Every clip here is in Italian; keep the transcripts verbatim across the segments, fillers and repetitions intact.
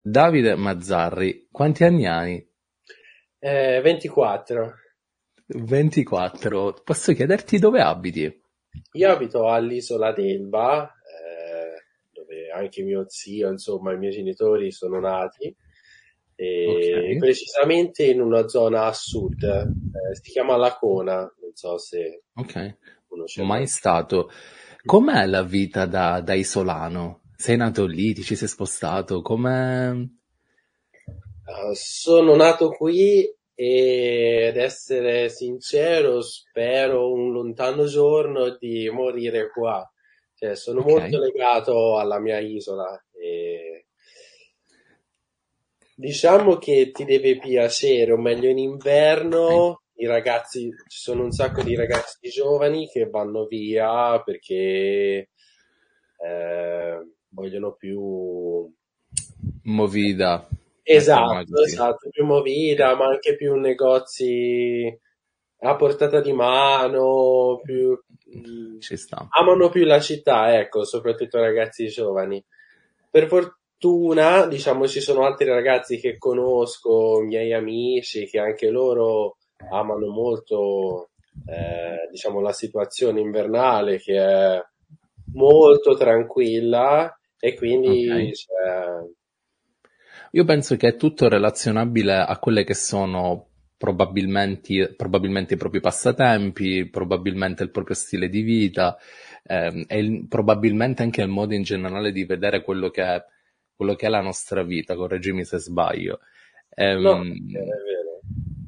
Davide Mazzarri, quanti anni hai? Eh, ventiquattro. ventiquattro. Posso chiederti dove abiti? Io abito all'isola d'Elba, eh, dove anche mio zio, insomma, i miei genitori sono nati, Ok, e precisamente in una zona a sud, eh, si chiama Lacona, non so se ok. conosce mai. Mai stato. Com'è la vita da, da isolano? Sei nato lì, ti ci sei spostato? Com'è? Uh, sono nato qui e, ad essere sincero, spero un lontano giorno di morire qua. Cioè, sono Ok, molto legato alla mia isola e diciamo che ti deve piacere, o meglio in ok. inverno i ragazzi, ci sono un sacco di ragazzi giovani che vanno via perché eh, vogliono più. Movida, mettiamola Esatto, così. esatto, più movida, ma anche più negozi a portata di mano, più, mh, Ci sta. amano più la città, ecco, soprattutto i ragazzi giovani. Per fortuna, diciamo, ci sono altri ragazzi che conosco, miei amici, che anche loro amano molto, eh, diciamo, la situazione invernale, che è molto tranquilla e Ok. quindi, cioè, Io penso che è tutto relazionabile a quelle che sono probabilmente, probabilmente i propri passatempi, probabilmente il proprio stile di vita, ehm, e il- probabilmente anche il modo in generale di vedere quello che è, quello che è la nostra vita, correggimi se sbaglio. no, è Ehm, vero.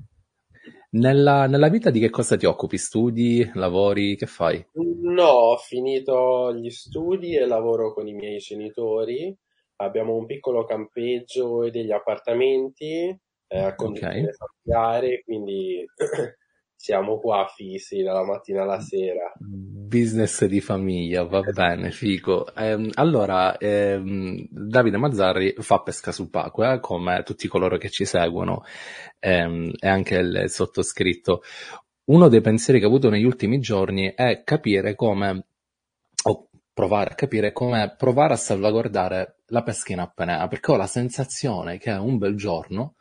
nella, nella vita di che cosa ti occupi? Studi, lavori, che fai? No, ho finito gli studi e lavoro con i miei genitori. Abbiamo un piccolo campeggio e degli appartamenti eh, a Ok. conduzione familiare, quindi siamo qua fissi dalla mattina alla sera. Business di famiglia, va bene, figo. Ehm, allora, ehm, Davide Mazzarri fa pesca subacquea, come tutti coloro che ci seguono, ehm, e anche il sottoscritto. Uno dei pensieri che ho avuto negli ultimi giorni è capire come, o provare a capire come provare a salvaguardare la pesca in apnea, perché ho la sensazione che un bel giorno,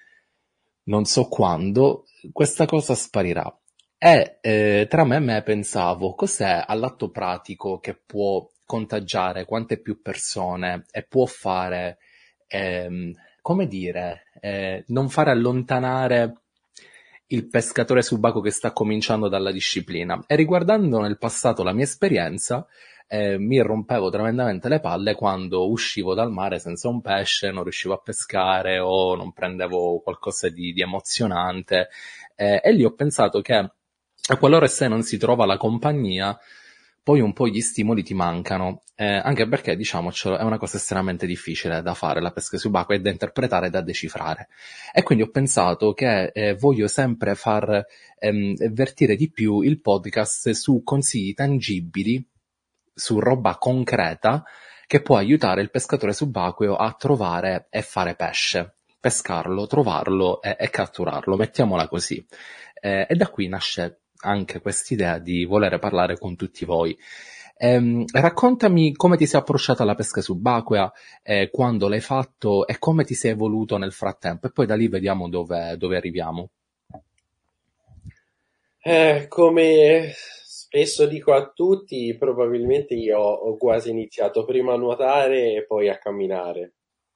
non so quando, questa cosa sparirà. E eh, tra me e me pensavo, cos'è all'atto pratico che può contagiare quante più persone e può fare, ehm, come dire, eh, non fare allontanare il pescatore subacqueo che sta cominciando dalla disciplina. E riguardando nel passato la mia esperienza, eh, mi rompevo tremendamente le palle quando uscivo dal mare senza un pesce, non riuscivo a pescare o non prendevo qualcosa di, di emozionante. Eh, e lì ho pensato che a qualora se non si trova la compagnia, poi un po' gli stimoli ti mancano, eh, anche perché, diciamocelo, è una cosa estremamente difficile da fare, la pesca subacquea, e da interpretare e da decifrare. E quindi ho pensato che eh, voglio sempre far ehm, vertire di più il podcast su consigli tangibili, su roba concreta, che può aiutare il pescatore subacqueo a trovare e fare pesce, pescarlo, trovarlo e, e catturarlo, mettiamola così. Eh, e da qui nasce anche quest'idea di volere parlare con tutti voi. Ehm, raccontami come ti sei approcciata alla pesca subacquea, eh, quando l'hai fatto e come ti sei evoluto nel frattempo, e poi da lì vediamo dove, dove arriviamo. Eh, come spesso dico a tutti, probabilmente io ho quasi iniziato prima a nuotare e poi a camminare.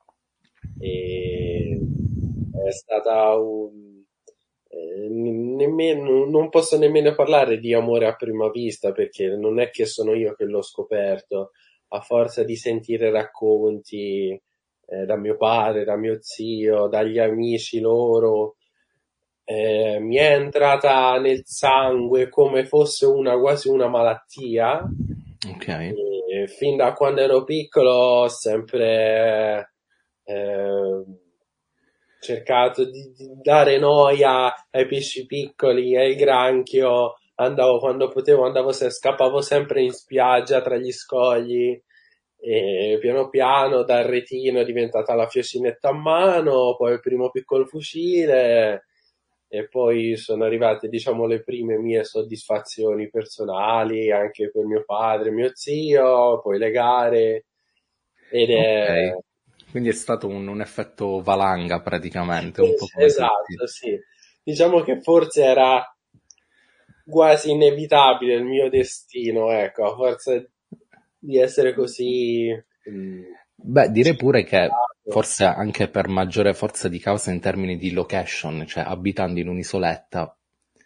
E è stata un... eh, nemmeno, non posso nemmeno parlare di amore a prima vista perché non è che sono io che l'ho scoperto, a forza di sentire racconti eh, da mio padre, da mio zio, dagli amici loro, eh, mi è entrata nel sangue come fosse una, quasi una malattia. Ok, E fin da quando ero piccolo ho sempre eh, cercato di, di dare noia ai pesci piccoli, ai granchio. Andavo quando potevo, andavo se, scappavo sempre in spiaggia tra gli scogli. E piano piano dal retino è diventata la fiocinetta a mano, poi il primo piccolo fucile, e poi sono arrivate, diciamo, le prime mie soddisfazioni personali, anche con mio padre, mio zio, poi le gare, ed è, ok. Quindi è stato un, un effetto valanga praticamente, un po' come tutti. Esatto, sì. Diciamo che forse era quasi inevitabile il mio destino, ecco, a forza di essere così mm, Beh, direi pure che circondato. forse anche per maggiore forza di causa in termini di location, cioè abitando in un'isoletta,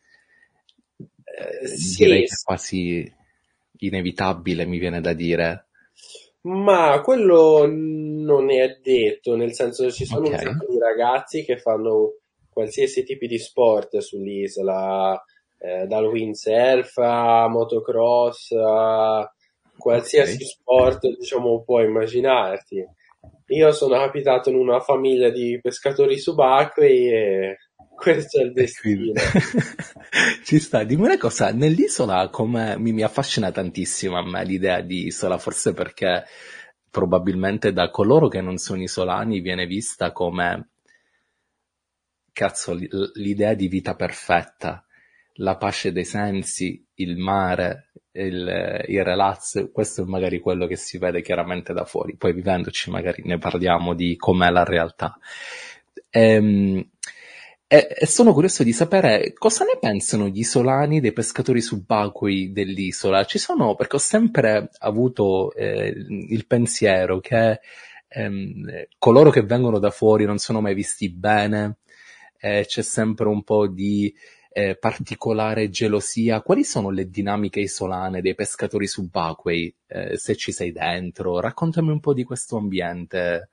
Eh, eh, direi sì, che è quasi inevitabile, mi viene da dire. ma quello non è detto, nel senso ci sono Ok, un sacco di ragazzi che fanno qualsiasi tipo di sport sull'isola, eh, dal windsurf a motocross, a ok. qualsiasi sport, diciamo, puoi immaginarti. Io sono capitato in una famiglia di pescatori subacquei e questo è il E quindi destino. ci sta. Dimmi una cosa, nell'isola come mi, mi affascina tantissimo a me l'idea di isola, forse perché probabilmente da coloro che non sono isolani viene vista come, cazzo, l- l'idea di vita perfetta, la pace dei sensi, il mare, il, il relax, questo è magari quello che si vede chiaramente da fuori. Poi vivendoci magari ne parliamo di com'è la realtà. Ehm, e, e sono curioso di sapere cosa ne pensano gli isolani dei pescatori subacquei dell'isola. Ci sono, perché ho sempre avuto eh, il pensiero che ehm, coloro che vengono da fuori non sono mai visti bene, eh, c'è sempre un po' di eh, particolare gelosia. Quali sono le dinamiche isolane dei pescatori subacquei? Eh, se ci sei dentro, raccontami un po' di questo ambiente.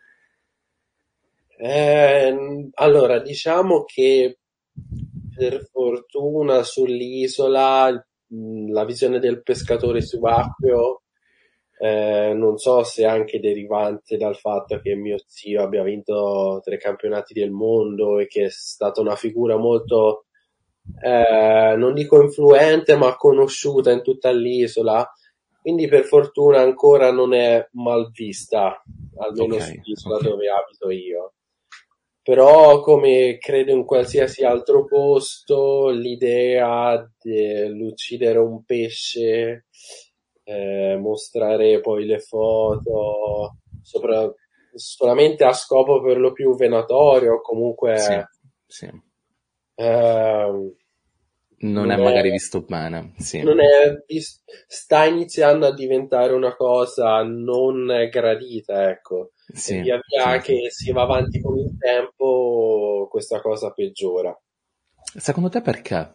Ehm, allora, diciamo che per fortuna sull'isola mh, la visione del pescatore subacqueo, eh, non so se anche derivante dal fatto che mio zio abbia vinto tre campionati del mondo e che è stata una figura molto, eh, non dico influente, ma conosciuta in tutta l'isola. Quindi per fortuna ancora non è mal vista, Ok, almeno sull'isola ok. dove abito io. Però, come credo in qualsiasi altro posto, l'idea dell'uccidere un pesce, eh, mostrare poi le foto, sopra- solamente a scopo per lo più venatorio, Sì, comunque sì. ehm, Non è non è magari visto bene, sì, non è, vis- sta iniziando a diventare una cosa non gradita, ecco. E sì, via via sì, sì. che si va avanti con il tempo, questa cosa peggiora. Secondo te perché?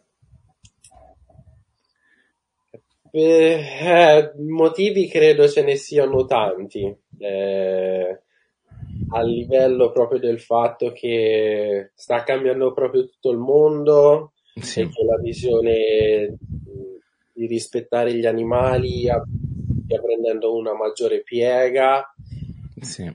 Eh, motivi credo ce ne siano tanti, eh, a livello proprio del fatto che sta cambiando proprio tutto il mondo Sì, e che la visione mh, di rispettare gli animali ha- stia prendendo una maggiore piega sì,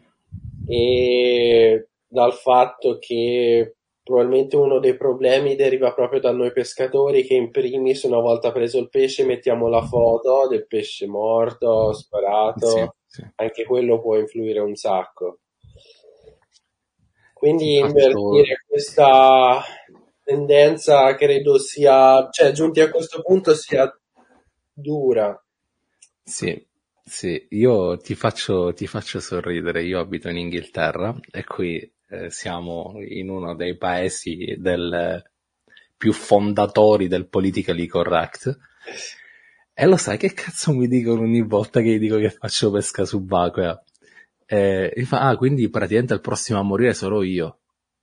e dal fatto che probabilmente uno dei problemi deriva proprio da noi pescatori che in primis una volta preso il pesce mettiamo la foto del pesce morto, sì, sparato, sì. anche quello può influire un sacco. Ti Quindi faccio... invertire questa tendenza credo sia, cioè giunti a questo punto sia dura. Sì, sì, io ti faccio, ti faccio sorridere. Io abito in Inghilterra e qui eh, siamo in uno dei paesi del, più fondatori del politically correct. E lo sai che cazzo mi dicono ogni volta che gli dico che faccio pesca subacquea? E mi fa, ah, quindi praticamente il prossimo a morire sarò io.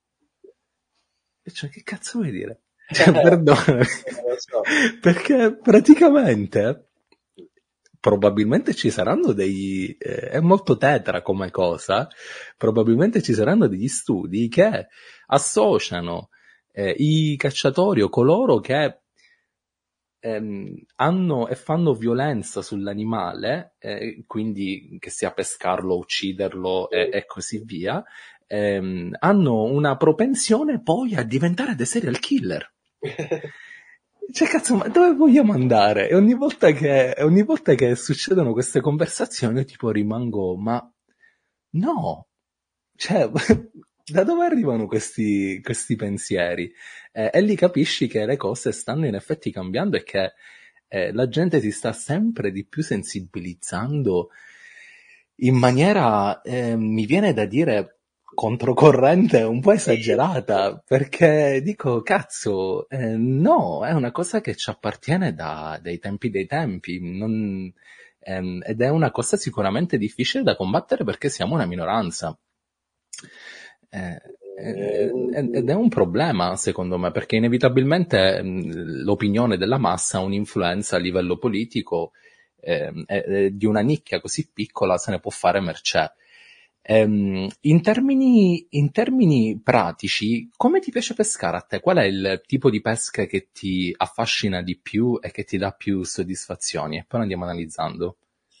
E cioè, che cazzo vuoi dire? Cioè, perdonami. Non lo so. Perché praticamente probabilmente ci saranno degli... eh, è molto tetra come cosa, probabilmente ci saranno degli studi che associano eh, i cacciatori o coloro che ehm, hanno e fanno violenza sull'animale, eh, quindi che sia pescarlo, ucciderlo e, e così via, ehm, hanno una propensione poi a diventare dei serial killer. Cioè, cazzo, ma dove vogliamo andare? E ogni volta che, e ogni volta che succedono queste conversazioni, io tipo rimango, ma no, cioè, da dove arrivano questi, questi pensieri? Eh, e lì capisci che le cose stanno in effetti cambiando e che eh, la gente si sta sempre di più sensibilizzando in maniera, eh, mi viene da dire, controcorrente un po' esagerata, perché dico, cazzo, eh, no, è una cosa che ci appartiene da, dai tempi dei tempi, non, ehm, ed è una cosa sicuramente difficile da combattere perché siamo una minoranza. Eh, Eh, eh, ed è un problema, secondo me, perché inevitabilmente mh, l'opinione della massa ha un'influenza a livello politico, ehm, e- e di una nicchia così piccola se ne può fare mercé. Ehm, in termini, in termini pratici, come ti piace pescare a te? Qual è il tipo di pesca che ti affascina di più e che ti dà più soddisfazioni? E poi andiamo analizzando.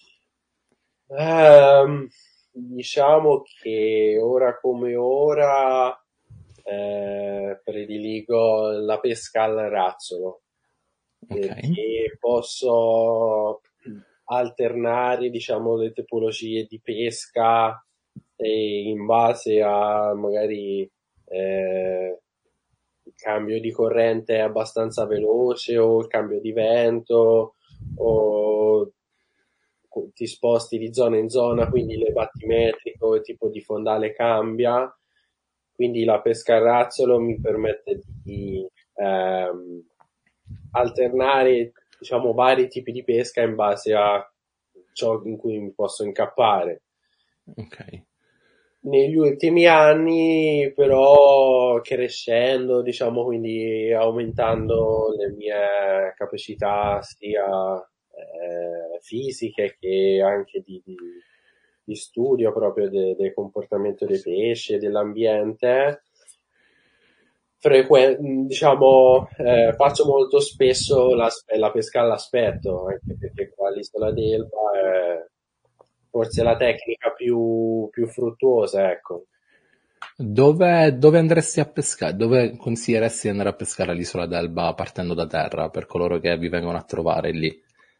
Ehm, diciamo che ora come ora eh, prediligo la pesca al razzolo Ok, perché posso alternare, diciamo, le tipologie di pesca e in base a magari eh, il cambio di corrente è abbastanza veloce o il cambio di vento o ti sposti di zona in zona, quindi le battimetrico, il tipo di fondale cambia, quindi la pesca a razzolo mi permette di ehm, alternare, diciamo, vari tipi di pesca in base a ciò in cui mi posso incappare. ok, Negli ultimi anni, però, crescendo, diciamo, quindi aumentando le mie capacità sia eh, fisiche che anche di, di- di studio proprio de- del comportamento dei pesci e dell'ambiente, frequ- diciamo, eh, faccio molto spesso la, la pesca all'aspetto, anche perché qua all'isola d'Elba è forse la tecnica più, più fruttuosa, ecco. Dove, dove andresti a pescare? Dove consiglieresti di andare a pescare all'isola d'Elba partendo da terra per coloro che vi vengono a trovare lì?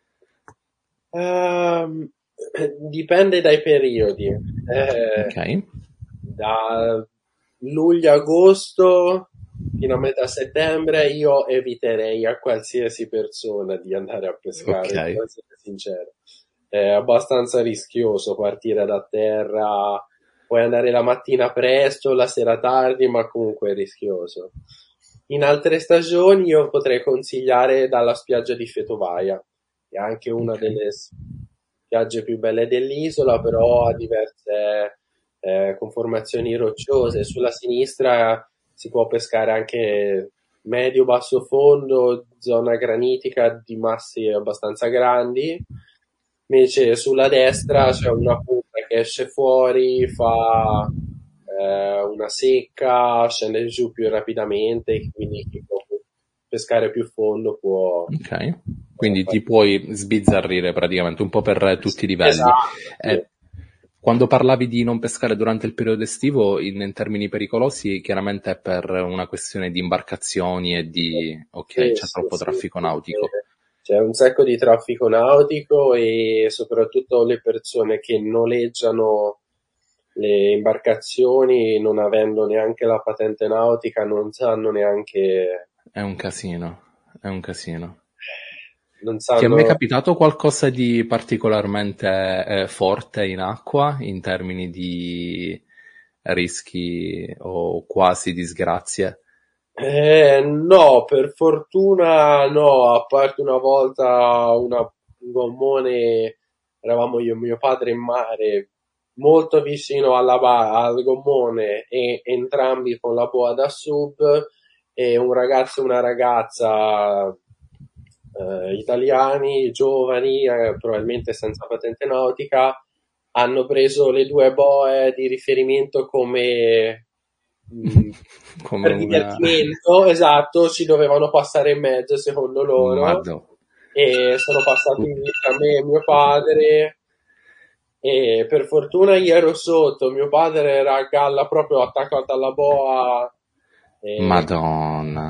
Ehm, dipende dai periodi. Ok, Eh, da luglio-agosto fino a metà settembre io eviterei a qualsiasi persona di andare a ok, pescare, devo essere sincero. È abbastanza rischioso partire da terra, puoi andare la mattina presto, la sera tardi, ma comunque è rischioso. In altre stagioni io potrei consigliare dalla spiaggia di Fetovaia, che è anche una ok, delle spiagge più belle dell'isola, però ha diverse eh, conformazioni rocciose. Sulla sinistra si può pescare anche medio-basso fondo, zona granitica di massi abbastanza grandi. Invece sulla destra c'è una punta che esce fuori, fa eh, una secca, scende giù più rapidamente, quindi chi può pescare più fondo può, ok. può Quindi fare. ti puoi sbizzarrire praticamente un po' per tutti i livelli. Esatto, sì. Eh, quando parlavi di non pescare durante il periodo estivo, in, in termini pericolosi, chiaramente è per una questione di imbarcazioni e di... Ok, Sì, c'è sì, troppo sì, traffico nautico. perché c'è un sacco di traffico nautico e soprattutto le persone che noleggiano le imbarcazioni non avendo neanche la patente nautica non sanno neanche, È un casino, è un casino. non Ti è mai sanno. capitato qualcosa di particolarmente eh, forte in acqua in termini di rischi o quasi disgrazie? Eh, no, per fortuna no, a parte una volta una, un gommone, eravamo io e mio padre in mare, molto vicino alla ba- al gommone e entrambi con la boa da sub e un ragazzo e una ragazza eh, italiani, giovani, eh, probabilmente senza patente nautica, hanno preso le due boe di riferimento come mh, Come per una... divertimento, esatto, ci dovevano passare in mezzo secondo loro Madò. e sono passati in vita a me e mio padre e per fortuna io ero sotto, mio padre era a galla proprio attaccato alla boa e Madonna.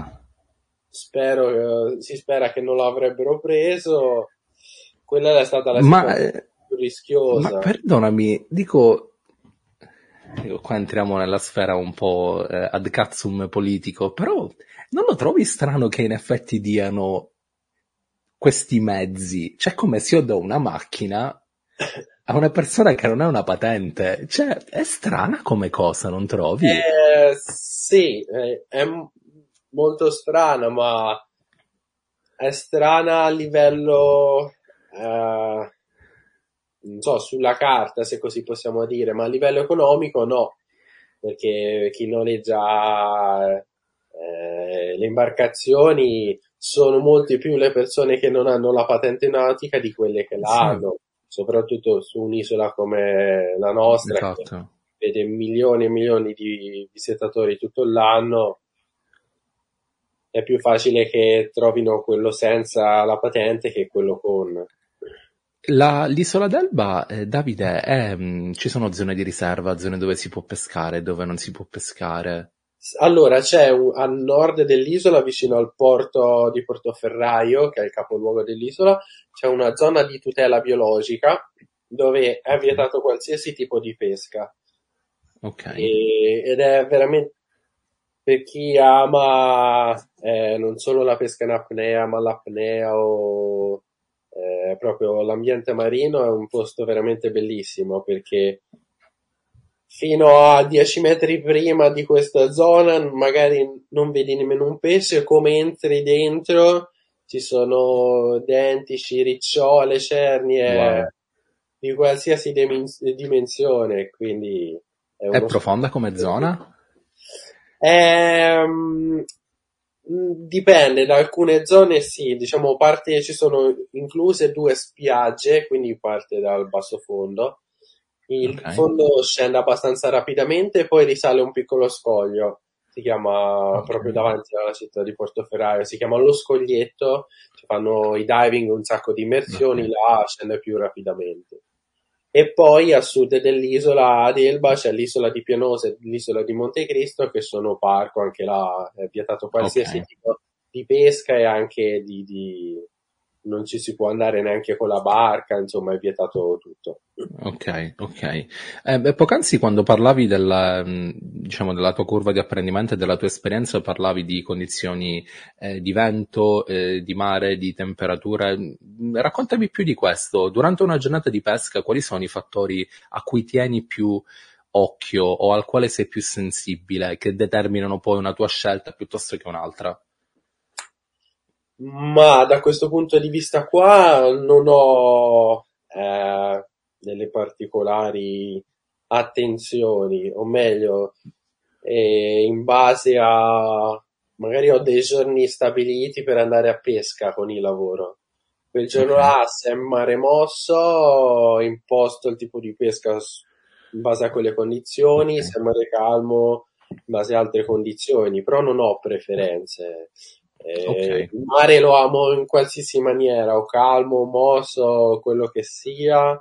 spero, eh, si spera che non l'avrebbero preso. Quella è stata la Ma, situazione eh, più ma rischiosa. perdonami, dico, dico, qua entriamo nella sfera un po' eh, ad cazzum politico, però non lo trovi strano che in effetti diano questi mezzi? Cioè, come se io do una macchina A una persona che non ha una patente. Cioè, è strana come cosa, non trovi? Eh, sì, eh, è m- molto strana, ma è strana a livello, eh, non so, sulla carta, se così possiamo dire, ma a livello economico no, perché chi noleggia eh, le imbarcazioni sono molte più le persone che non hanno la patente nautica di quelle che la Sì, hanno, soprattutto su un'isola come la nostra, che esatto. vede milioni e milioni di visitatori tutto l'anno. È più facile che trovino quello senza la patente che quello con. La- l'isola d'Elba, eh, Davide, è, mh, ci sono zone di riserva, zone dove si può pescare, dove non si può pescare. Allora, c'è un- a nord dell'isola, vicino al porto di Portoferraio, che è il capoluogo dell'isola, c'è una zona di tutela biologica dove è Ok, vietato qualsiasi tipo di pesca. ok, E- ed è veramente per chi ama eh, non solo la pesca in apnea, ma l'apnea o eh, proprio l'ambiente marino, è un posto veramente bellissimo perché fino a dieci metri prima di questa zona magari non vedi nemmeno un pesce, come entri dentro ci sono denti, ricciole, wow. cernie di qualsiasi dimen- dimensione, quindi è È uno profonda spazio come veramente. zona? Ehm, mh, dipende, da alcune zone sì, diciamo parte, ci sono incluse due spiagge, quindi parte dal basso fondo. Ok, Il fondo scende abbastanza rapidamente e poi risale un piccolo scoglio, si chiama ok, proprio davanti alla città di Portoferraio, si chiama Lo Scoglietto, ci fanno i diving, un sacco di ok, immersioni, là scende più rapidamente. E poi a sud dell'isola ad Elba c'è l'isola di Pianosa e l'isola di Montecristo, che sono parco, anche là è vietato ok. qualsiasi tipo di pesca e anche di, di- non ci si può andare neanche con la barca, insomma è vietato tutto. Ok, ok. Eh, beh, poc'anzi quando parlavi della, mh, diciamo, della tua curva di apprendimento e della tua esperienza, parlavi di condizioni eh, di vento, eh, di mare, di temperature. Mm, Raccontami più di questo. Durante una giornata di pesca, quali sono i fattori a cui tieni più occhio o al quale sei più sensibile, che determinano poi una tua scelta piuttosto che un'altra? Ma da questo punto di vista qua non ho eh, delle particolari attenzioni, o meglio, eh, in base a magari ho dei giorni stabiliti per andare a pesca con il lavoro. Quel giorno Ok, là, se è mare mosso, imposto il tipo di pesca s- in base a quelle ok, condizioni, se è mare calmo, in base a altre condizioni, però non ho preferenze. ok. Eh, il mare lo amo in qualsiasi maniera, o calmo, o mosso, quello che sia.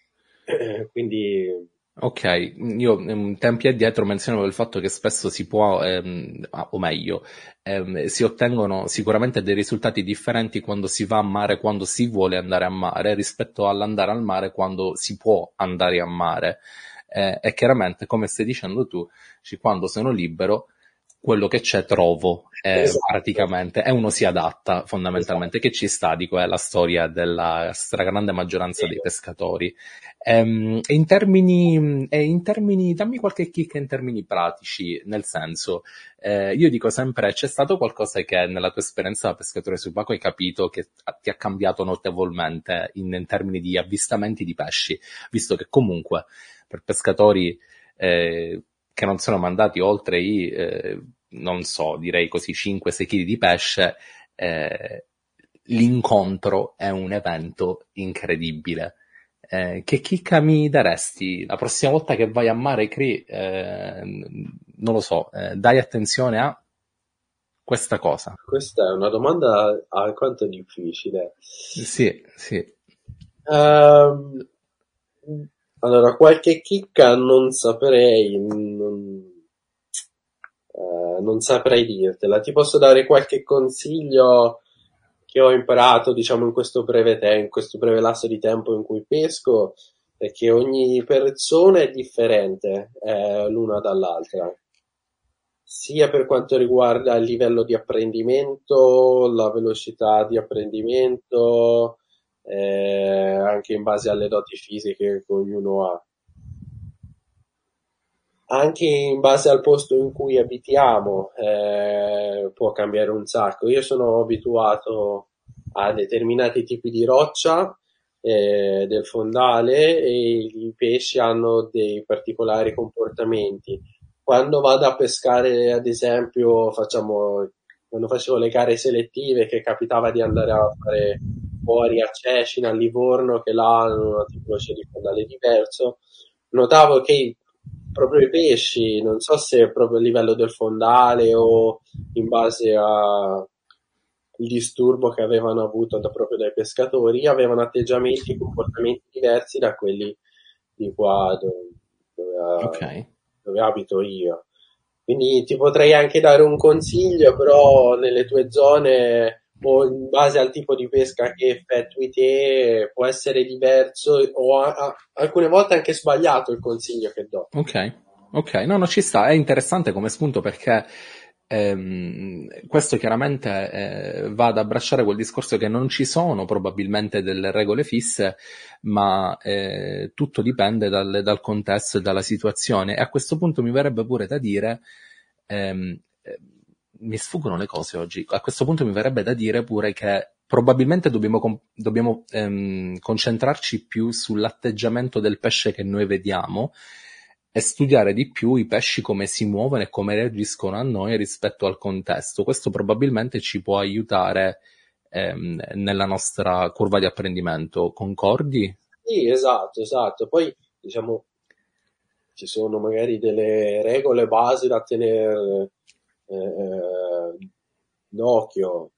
Quindi Ok, io ehm, tempi addietro menzionavo il fatto che spesso si può, ehm, ah, o meglio, ehm, si ottengono sicuramente dei risultati differenti quando si va a mare, quando si vuole andare a mare, rispetto all'andare al mare quando si può andare a mare. Eh, e chiaramente, come stai dicendo tu, ci- quando sono libero, quello che c'è trovo, eh, esatto, praticamente, e uno si adatta esatto. fondamentalmente, che ci sta, dico, è la storia della stragrande maggioranza Sì. dei pescatori. Ehm, e in termini, e in termini, dammi qualche chicca in termini pratici, nel senso, eh, io dico sempre, c'è stato qualcosa che nella tua esperienza da pescatore subacqueo hai capito che ti ha cambiato notevolmente in, in termini di avvistamenti di pesci, visto che comunque per pescatori eh, che non sono mandati oltre i, eh, non so, direi così, cinque sei kg di pesce, eh, l'incontro è un evento incredibile. Eh, che chicca mi daresti la prossima volta che vai a mare, Cri? Eh, non lo so, eh, dai attenzione a questa cosa. Questa è una domanda alquanto difficile. Sì, sì, Ehm, allora, qualche chicca non saprei, non, eh, non saprei dirtela. Ti posso dare qualche consiglio che ho imparato, diciamo, in questo breve tempo, in questo breve lasso di tempo in cui pesco, è che ogni persona è differente, eh, l'una dall'altra, sia per quanto riguarda il livello di apprendimento, la velocità di apprendimento, eh, anche in base alle doti fisiche che ognuno ha. Anche in base al posto in cui abitiamo, eh, può cambiare un sacco. Io sono abituato a determinati tipi di roccia, eh, del fondale, e i pesci hanno dei particolari comportamenti. Quando vado a pescare, ad esempio, facciamo, quando facevo le gare selettive, che capitava di andare a fare fuori a Cecina, a Livorno, che là hanno una tipologia di fondale diverso, notavo che proprio i pesci, non so se proprio a livello del fondale o in base al disturbo che avevano avuto da, proprio dai pescatori, avevano atteggiamenti e comportamenti diversi da quelli di qua dove, Ok. dove, dove abito io. Quindi ti potrei anche dare un consiglio, però nelle tue zone o in base al tipo di pesca che effettui te può essere diverso o a- a- alcune volte anche sbagliato il consiglio che do. Ok, ok, no, no, ci sta, è interessante come spunto perché ehm, questo chiaramente eh, va ad abbracciare quel discorso che non ci sono probabilmente delle regole fisse, ma eh, tutto dipende dal, dal contesto e dalla situazione. E a questo punto mi verrebbe pure da dire, ehm, eh, mi sfuggono le cose oggi, a questo punto mi verrebbe da dire pure che probabilmente dobbiamo, com- dobbiamo ehm, concentrarci più sull'atteggiamento del pesce che noi vediamo e studiare di più i pesci come si muovono e come reagiscono a noi rispetto al contesto. Questo probabilmente ci può aiutare ehm, nella nostra curva di apprendimento. Concordi? Sì, esatto, esatto. Poi, diciamo, ci sono magari delle regole basi da tenere eh, d'occhio.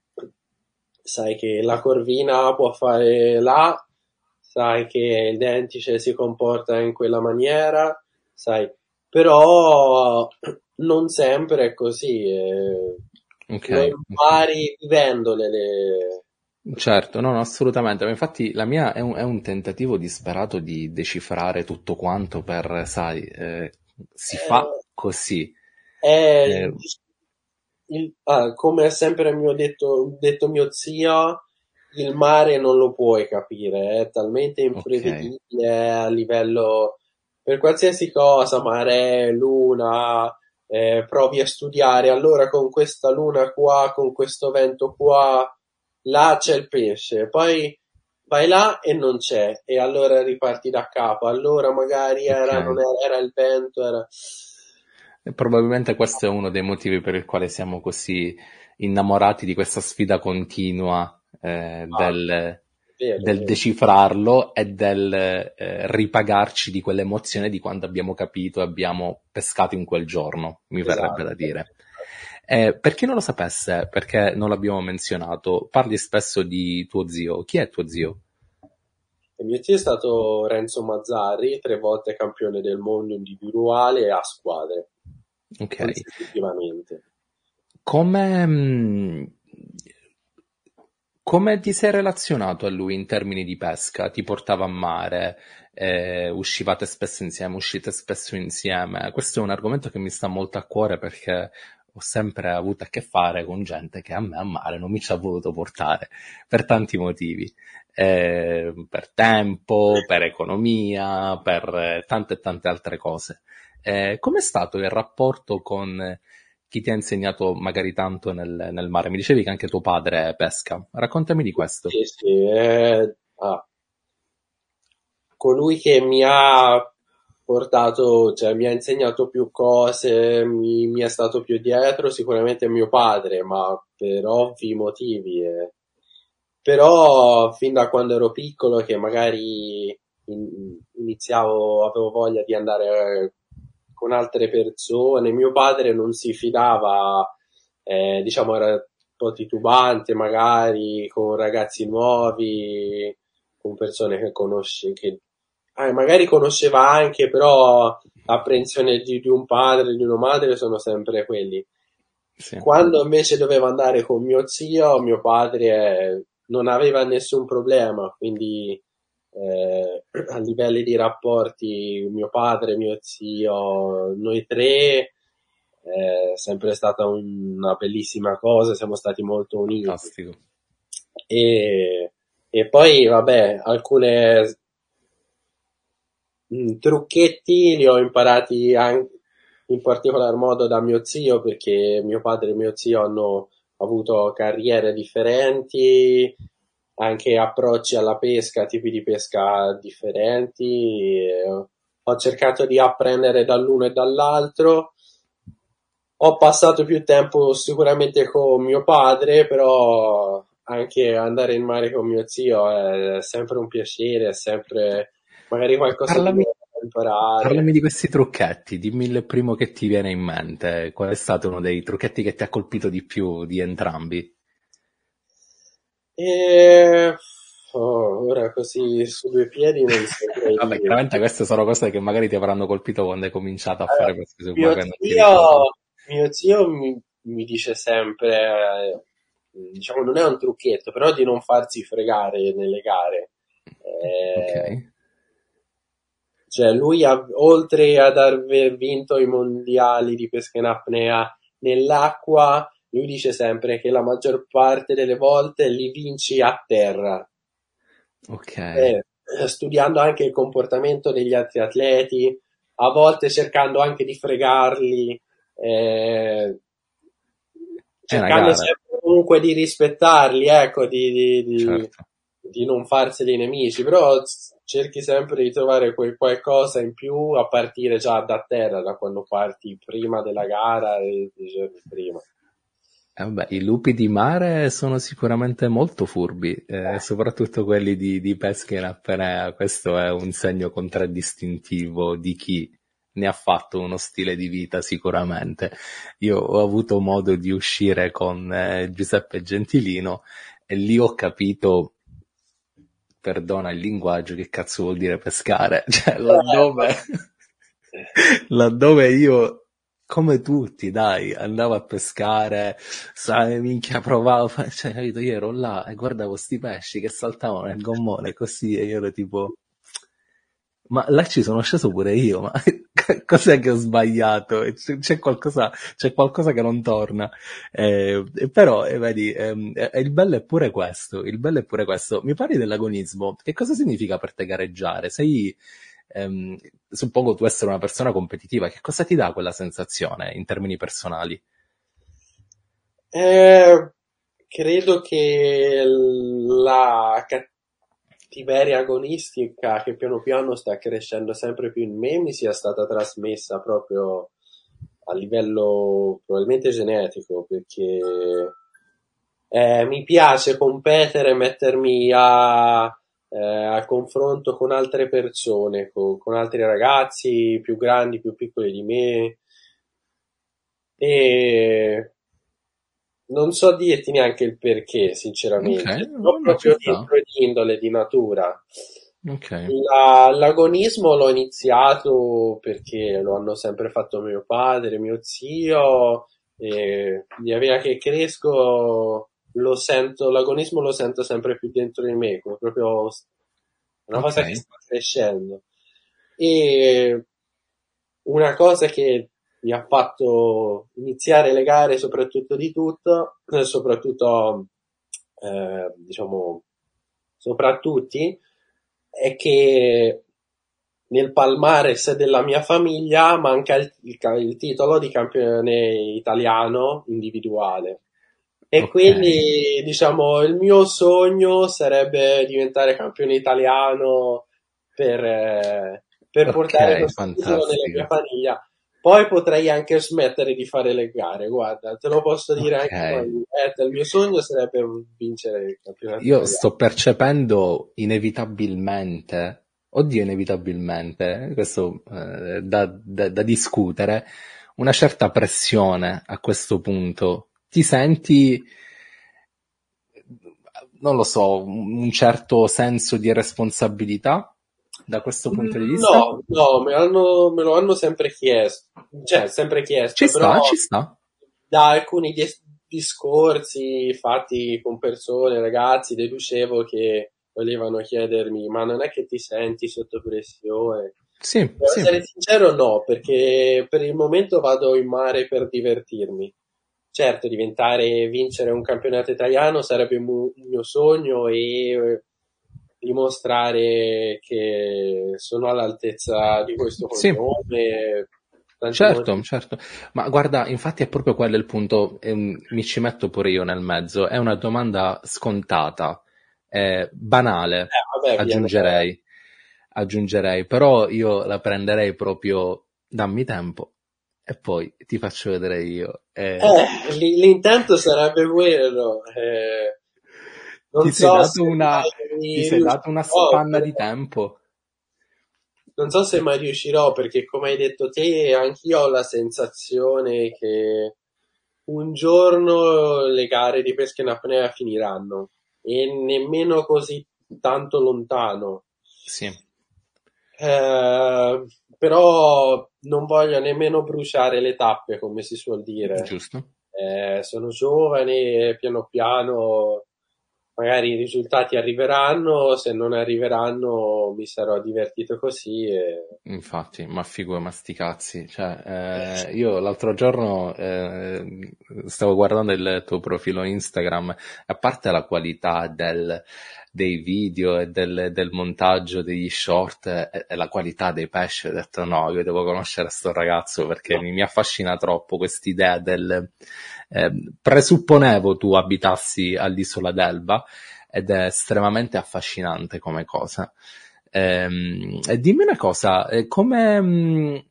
Sai che la corvina può fare là, sai che il dentice si comporta in quella maniera, sai, però non sempre è così. eh, Ok, Lo ok. impari vivendole le... Certo, no, no, assolutamente. Ma infatti la mia è un, è un tentativo disperato di decifrare tutto quanto per, sai, eh, si fa Eh, così. è Eh, il- il- ah, come ha sempre mio detto, detto mio zio, il mare non lo puoi capire, è talmente ok, imprevedibile a livello per qualsiasi cosa, mare, luna, eh, provi a studiare, allora con questa luna qua, con questo vento qua, là c'è il pesce, poi vai là e non c'è, e allora riparti da capo, allora magari ok. era, non era, era il vento, era... E probabilmente questo è uno dei motivi per il quale siamo così innamorati di questa sfida continua eh, Ah, del, vero, del vero. decifrarlo e del eh, ripagarci di quell'emozione di quando abbiamo capito e abbiamo pescato in quel giorno, mi verrebbe da Esatto. dire. Eh, per chi non lo sapesse, perché non l'abbiamo menzionato, parli spesso di tuo zio. Chi è tuo zio? Il mio zio è stato Renzo Mazzarri, tre volte campione del mondo individuale e a squadre, Ok. consecutivamente. Come, mh, come ti sei relazionato a lui in termini di pesca? Ti portava a mare? Eh, uscivate spesso insieme? Uscite spesso insieme? Questo è un argomento che mi sta molto a cuore perché ho sempre avuto a che fare con gente che a me a mare non mi ci ha voluto portare per tanti motivi. Eh, per tempo, per economia, per eh, tante e tante altre cose. Eh, com'è stato il rapporto con chi ti ha insegnato magari tanto nel, nel mare? Mi dicevi che anche tuo padre pesca. Raccontami di questo. Sì, sì, eh, ah, colui che mi ha portato, cioè mi ha insegnato più cose, mi, mi è stato più dietro, sicuramente è mio padre, ma per ovvi motivi. eh. Però fin da quando ero piccolo, che magari in- iniziavo, avevo voglia di andare eh, con altre persone, mio padre non si fidava, eh, diciamo era un po' titubante magari con ragazzi nuovi, con persone che conosce, che eh, magari conosceva anche, però l'apprensione di, di un padre e di una madre sono sempre quelli. Sì, Quando invece dovevo andare con mio zio, mio padre eh, non aveva nessun problema, quindi eh, a livelli di rapporti, mio padre, mio zio, noi tre, è sempre stata una bellissima cosa, siamo stati molto uniti. fantastico. E E poi, vabbè, alcune mh, trucchetti li ho imparati anche in particolar modo da mio zio, perché mio padre e mio zio hanno avuto carriere differenti, anche approcci alla pesca, tipi di pesca differenti. E ho cercato di apprendere dall'uno e dall'altro. Ho passato più tempo sicuramente con mio padre, però anche andare in mare con mio zio è sempre un piacere, è sempre magari qualcosa di Parlami, nuovo da imparare. parlami di questi trucchetti, dimmi il primo che ti viene in mente. Qual è stato uno dei trucchetti che ti ha colpito di più di entrambi? E oh, ora così su due piedi non saprei Vabbè, dire. chiaramente queste sono cose che magari ti avranno colpito quando hai cominciato a Allora, fare pesca mio subacquea e non ti zio, ricordi. mio zio mi, mi dice sempre, eh, diciamo, non è un trucchetto, però di non farsi fregare nelle gare. Ok. Eh, Cioè, lui, ha- oltre ad aver vinto i mondiali di pesca in apnea nell'acqua, lui dice sempre che la maggior parte delle volte li vinci a terra. Ok. Eh, studiando anche il comportamento degli altri atleti, a volte cercando anche di fregarli, eh, È una cercando gara, sempre comunque di rispettarli, ecco, di, di- di- certo. di non farseli nemici, però s- cerchi sempre di trovare quel qualcosa in più a partire già da terra, da quando parti prima della gara e dei giorni prima. Eh, vabbè, i lupi di mare sono sicuramente molto furbi, eh, soprattutto quelli di, di pesca in apnea. Questo è un segno contraddistintivo di chi ne ha fatto uno stile di vita, sicuramente. Io ho avuto modo di uscire con eh, Giuseppe Gentilino e lì ho capito, perdona il linguaggio, che cazzo vuol dire pescare. Cioè, Eh, laddove, vabbè. laddove io, come tutti, dai, andavo a pescare, sai, minchia, provavo, fa- cioè, capito, io ero là e guardavo sti pesci che saltavano nel gommone così e io ero tipo, ma là ci sono sceso pure io, ma cos'è che ho sbagliato? E C'è c'è qualcosa, c'è qualcosa che non torna. Eh, e però, eh, vedi, ehm, eh, il bello è pure questo, il bello è pure questo. Mi parli dell'agonismo, che cosa significa per te gareggiare? Sei, ehm, suppongo tu essere una persona competitiva, che cosa ti dà quella sensazione in termini personali? Eh, credo che la cattiveria agonistica che piano piano sta crescendo sempre più in me mi sia stata trasmessa proprio a livello probabilmente genetico, perché eh, mi piace competere, mettermi a, eh, a confronto con altre persone, con, con altri ragazzi più grandi, più piccoli di me. E non so dirti neanche il perché, Ok, sinceramente, però vabbè, ci proprio sta. dentro di indole, di natura. Ok, La- l'agonismo l'ho iniziato perché lo hanno sempre fatto mio padre, mio zio, e via via che cresco lo sento, l'agonismo lo sento sempre più dentro di me, come proprio una ok, cosa che sta crescendo. E una cosa che mi ha fatto iniziare le gare soprattutto di tutto, eh, soprattutto, eh, diciamo, soprattutto, è che nel palmares della mia famiglia manca il, il ca- il titolo di campione italiano individuale. E ok, quindi, diciamo, il mio sogno sarebbe diventare campione italiano per, eh, per portare ok, questo titolo nella mia fantastico. famiglia. Poi potrei anche smettere di fare le gare, guarda, te lo posso dire Ok. anche poi. Eh, il mio sogno sarebbe vincere il campionato Io italiano. sto percependo inevitabilmente, oddio inevitabilmente, questo eh, è da, da- da discutere, una certa pressione a questo punto. Ti senti, non lo so, un certo senso di responsabilità da questo punto di Mm, vista? no, no, me l'hanno- me lo hanno sempre chiesto, cioè sempre Ci chiesto, però sta, ci sta. da alcuni dis- discorsi fatti con persone, ragazzi, deducevo che volevano chiedermi, ma non è che ti senti sotto pressione? Sì, Devo sì, essere sincero, no, perché per il momento vado in mare per divertirmi. Certo, diventare, vincere un campionato italiano sarebbe mu- un mio sogno e dimostrare che sono all'altezza di questo Sì. cognome. Tanti Certo, motivi. certo, ma guarda, infatti è proprio quello il punto, ehm, mi ci metto pure io nel mezzo, è una domanda scontata, eh, banale, Eh, vabbè, viene. aggiungerei, aggiungerei, però io la prenderei proprio, dammi tempo e poi ti faccio vedere io. Eh, Eh, l- l'intento sarebbe quello. eh, ti non sei so dato se una, ti mai sei dato una riuscirò, spanna di però- tempo? non so se mai riuscirò, perché come hai detto te, anch'io ho la sensazione che un giorno le gare di pesca in apnea finiranno e nemmeno così tanto lontano. Sì, Eh, però non voglio nemmeno bruciare le tappe, come si suol dire. giusto. Eh, sono giovane e piano piano magari i risultati arriveranno, se non arriveranno mi sarò divertito così e... Infatti, ma figo, ma sti cazzi. Cioè, eh, io l'altro giorno eh, stavo guardando il tuo profilo Instagram, a parte la qualità del- dei video e del, del montaggio degli short e, e la qualità dei pesci, ho detto no, io devo conoscere sto ragazzo perché mi, mi affascina troppo quest'idea del... eh, presupponevo tu abitassi all'isola d'Elba ed è estremamente affascinante come cosa. Ehm, e dimmi una cosa, eh, come mh,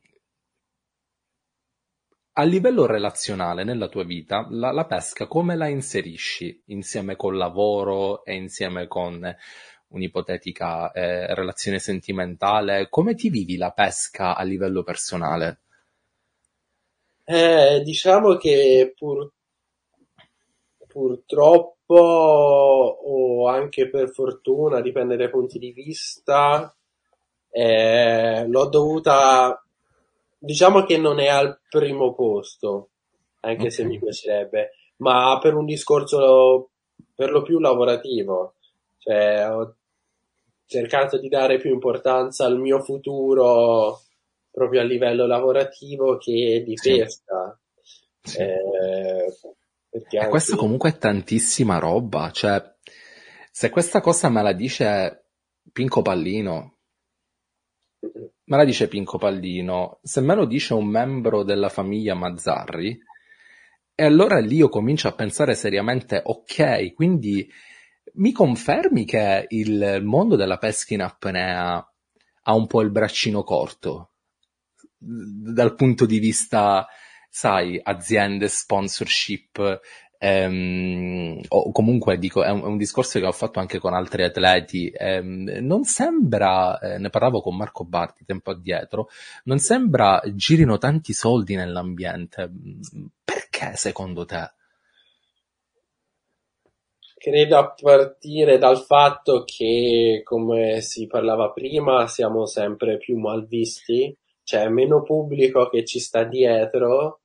a livello relazionale nella tua vita, la, la pesca come la inserisci insieme col lavoro e insieme con un'ipotetica eh, relazione sentimentale? Come ti vivi la pesca a livello personale? Eh, diciamo che pur- purtroppo o anche per fortuna, dipende dai punti di vista, eh, l'ho dovuta, diciamo che non è al primo posto, anche Ok, se mi piacerebbe, ma per un discorso per lo più lavorativo. Cioè, ho cercato di dare più importanza al mio futuro proprio a livello lavorativo che di sì, pesca. sì. Eh, perché E questo anche comunque è tantissima roba, cioè, se questa cosa me la dice Pinco Pallino, me la dice Pinco Pallino, se me lo dice un membro della famiglia Mazzarri, e allora lì io comincio a pensare seriamente, ok, quindi mi confermi che il mondo della pesca in apnea ha un po' il braccino corto dal punto di vista, sai, aziende, sponsorship, ehm, o comunque dico, è un, è un discorso che ho fatto anche con altri atleti. Ehm, non sembra, eh, ne parlavo con Marco Barti tempo addietro, non sembra girino tanti soldi nell'ambiente. Perché secondo te? credo a partire dal fatto che, come si parlava prima, siamo sempre più malvisti, c'è meno pubblico che ci sta dietro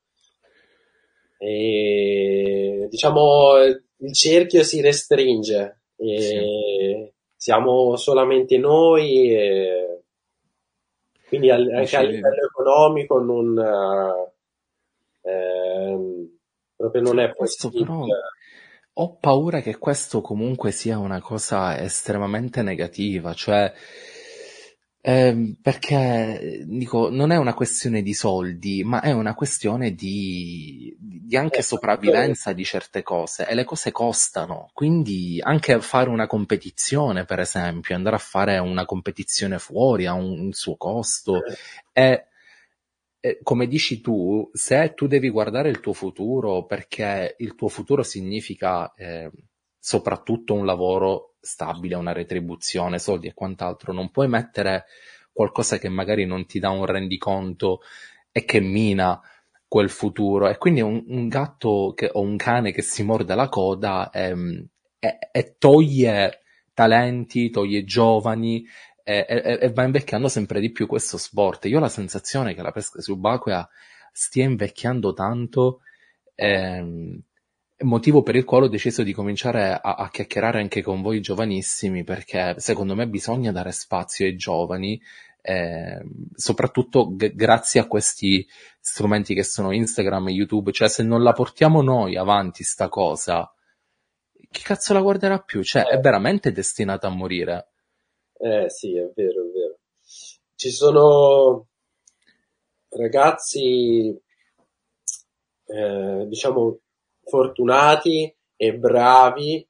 e diciamo il cerchio si restringe Sì, e siamo solamente noi e quindi al- anche a dici, livello economico non, eh, ehm, proprio non è questo però possibile. ho paura che questo comunque sia una cosa estremamente negativa, cioè ehm, perché dico, non è una questione di soldi, ma è una questione di, di anche Eh, quello- sopravvivenza di certe cose e le cose costano, quindi anche fare una competizione, per esempio, andare a fare una competizione fuori ha un, un suo costo e eh, come dici tu, se tu devi guardare il tuo futuro, perché il tuo futuro significa eh, soprattutto un lavoro stabile, una retribuzione, soldi e quant'altro, non puoi mettere qualcosa che magari non ti dà un rendiconto e che mina quel futuro. E quindi un, un gatto che, o un cane che si morde la coda ehm, e, e toglie talenti, toglie giovani, e, e- e va invecchiando sempre di più questo sport. Io ho la sensazione che la pesca subacquea stia invecchiando tanto, ehm, motivo per il quale ho deciso di cominciare a, a chiacchierare anche con voi giovanissimi, perché secondo me bisogna dare spazio ai giovani, ehm, soprattutto g- grazie a questi strumenti che sono Instagram e YouTube, cioè se non la portiamo noi avanti sta cosa, chi cazzo la guarderà più? Cioè è eh, veramente destinata a morire. Eh sì, è vero, è vero. Ci sono ragazzi, eh, diciamo, fortunati e bravi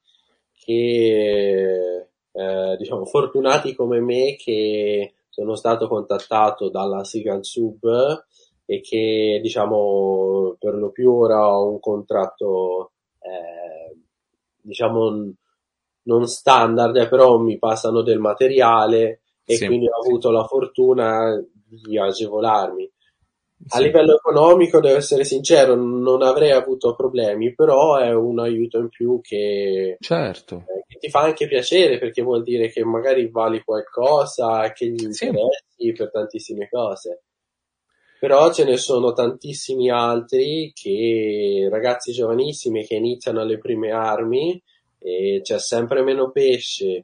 che, eh, diciamo, fortunati come me che sono stato contattato dalla Sigan Sub e che, diciamo, per lo più ora ho un contratto, eh, diciamo, n- non standard, eh, però mi passano del materiale e Sì, quindi ho avuto la fortuna di agevolarmi. A sì, livello economico, devo essere sincero, non avrei avuto problemi, però è un aiuto in più che, certo. eh, che ti fa anche piacere perché vuol dire che magari vali qualcosa, che gli Sì, interessi per tantissime cose. Però ce ne sono tantissimi altri che, ragazzi giovanissimi che iniziano alle prime armi e c'è sempre meno pesce.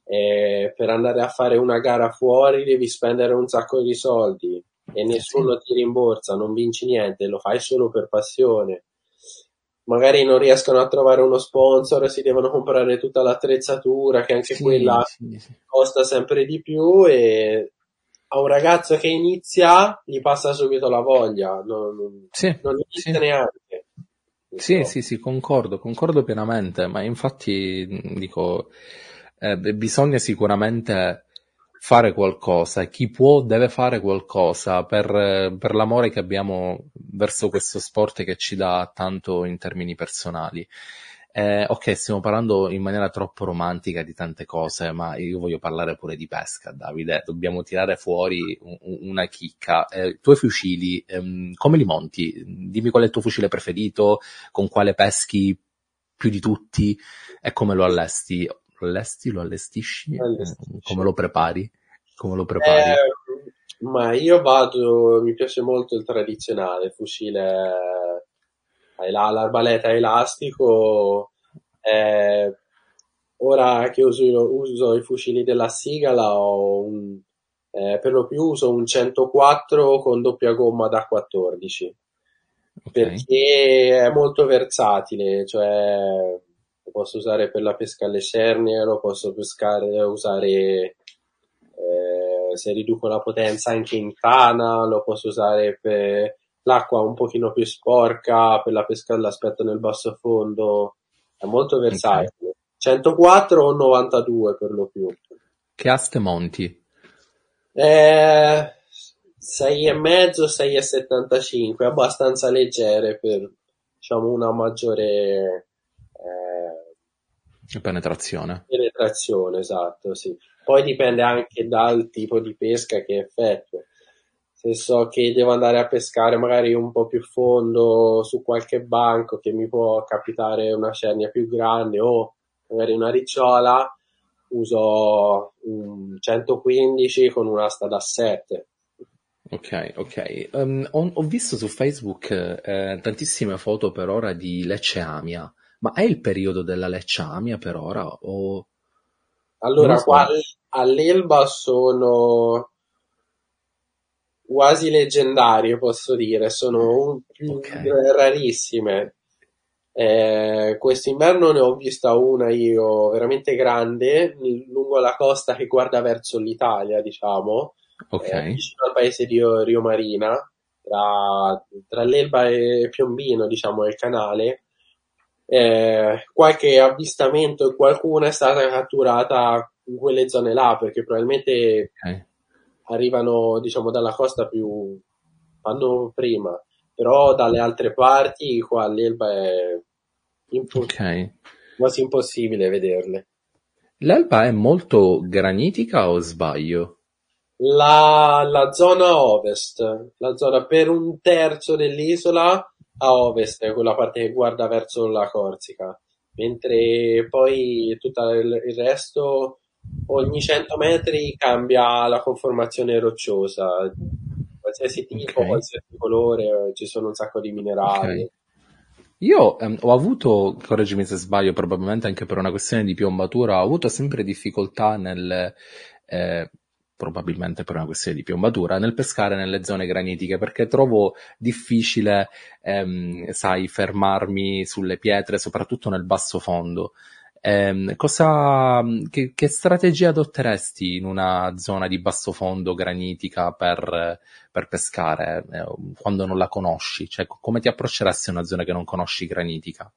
E per andare a fare una gara fuori devi spendere un sacco di soldi e sì, nessuno ti rimborsa, non vinci niente, lo fai solo per passione. Magari non riescono a trovare uno sponsor, si devono comprare tutta l'attrezzatura, che anche sì, quella sì, sì. costa sempre di più e a un ragazzo che inizia gli passa subito la voglia, non, Sì, non sì. inizia neanche. Sì, Purtroppo. sì, sì, concordo, concordo pienamente, ma infatti mh, dico, eh, beh, bisogna sicuramente fare qualcosa, e chi può deve fare qualcosa per, eh, per l'amore che abbiamo verso questo sport che ci dà tanto in termini personali. Eh, ok, stiamo parlando in maniera troppo romantica di tante cose, ma io voglio parlare pure di pesca, Davide. Dobbiamo tirare fuori un- un- una chicca. Eh, i tuoi fucili, ehm, come li monti? Dimmi qual è il tuo fucile preferito, con quale peschi più di tutti e come lo allesti. Lo allesti, lo allestisci? Eh, come Allestisce. lo prepari? Come lo prepari? Eh, ma io vado, mi piace molto il tradizionale, il fucile, eh, la- l'arbaleta a elastico. eh, Ora che uso, uso i fucili della Sigala, ho un, eh, per lo più uso un centoquattro con doppia gomma da quattordici, Ok, perché è molto versatile, cioè lo posso usare per la pesca alle cernie, lo posso pescare, usare eh, se riduco la potenza anche in tana, lo posso usare per l'acqua un pochino più sporca, per la pesca all'aspetto nel basso fondo, è molto ok. versatile. centoquattro o novantadue per lo più. Che aste monti? Eh, sei e mezzo, sei e settantacinque, abbastanza leggere per, diciamo, una maggiore eh, Penetrazione. penetrazione, esatto, sì. Poi dipende anche dal tipo di pesca che effettuo. Se so che devo andare a pescare magari un po' più fondo su qualche banco che mi può capitare una cernia più grande o magari una ricciola, uso un centoquindici con un'asta da sette. Ok, ok. Ehm, ho, ho visto su Facebook eh, tantissime foto per ora di Lecce Amia, ma è il periodo della Lecce Amia per ora? O non lo Allora, qua so. al- all'Elba sono quasi leggendarie, posso dire, sono un- più Ok, rarissime. Eh, quest'inverno ne ho vista una io veramente grande lungo la costa che guarda verso l'Italia, diciamo, ok, eh, vicino al paese di Rio, Rio Marina, tra, tra l'Elba e Piombino, diciamo, è il canale. Eh, qualche avvistamento e qualcuna è stata catturata in quelle zone là, perché probabilmente ok, arrivano, diciamo, dalla costa più, vanno prima, però dalle altre parti qua all'Elba è impo- ok. quasi impossibile vederle. L'Elba è molto granitica o sbaglio? La, la zona ovest, la zona per un terzo dell'isola a ovest, è quella parte che guarda verso la Corsica, mentre poi tutto il il resto, ogni cento metri cambia la conformazione rocciosa, qualsiasi Ok, tipo, qualsiasi colore, ci sono un sacco di minerali. ok. Io ehm, ho avuto, correggimi se sbaglio, probabilmente anche per una questione di piombatura, ho avuto sempre difficoltà nel, eh, probabilmente per una questione di piombatura, nel pescare nelle zone granitiche, perché trovo difficile, ehm, sai, fermarmi sulle pietre, soprattutto nel basso fondo. Ehm, cosa, che, che strategia adotteresti in una zona di bassofondo granitica per, per pescare, eh, quando non la conosci? Cioè, come ti approcceresti a una zona che non conosci granitica?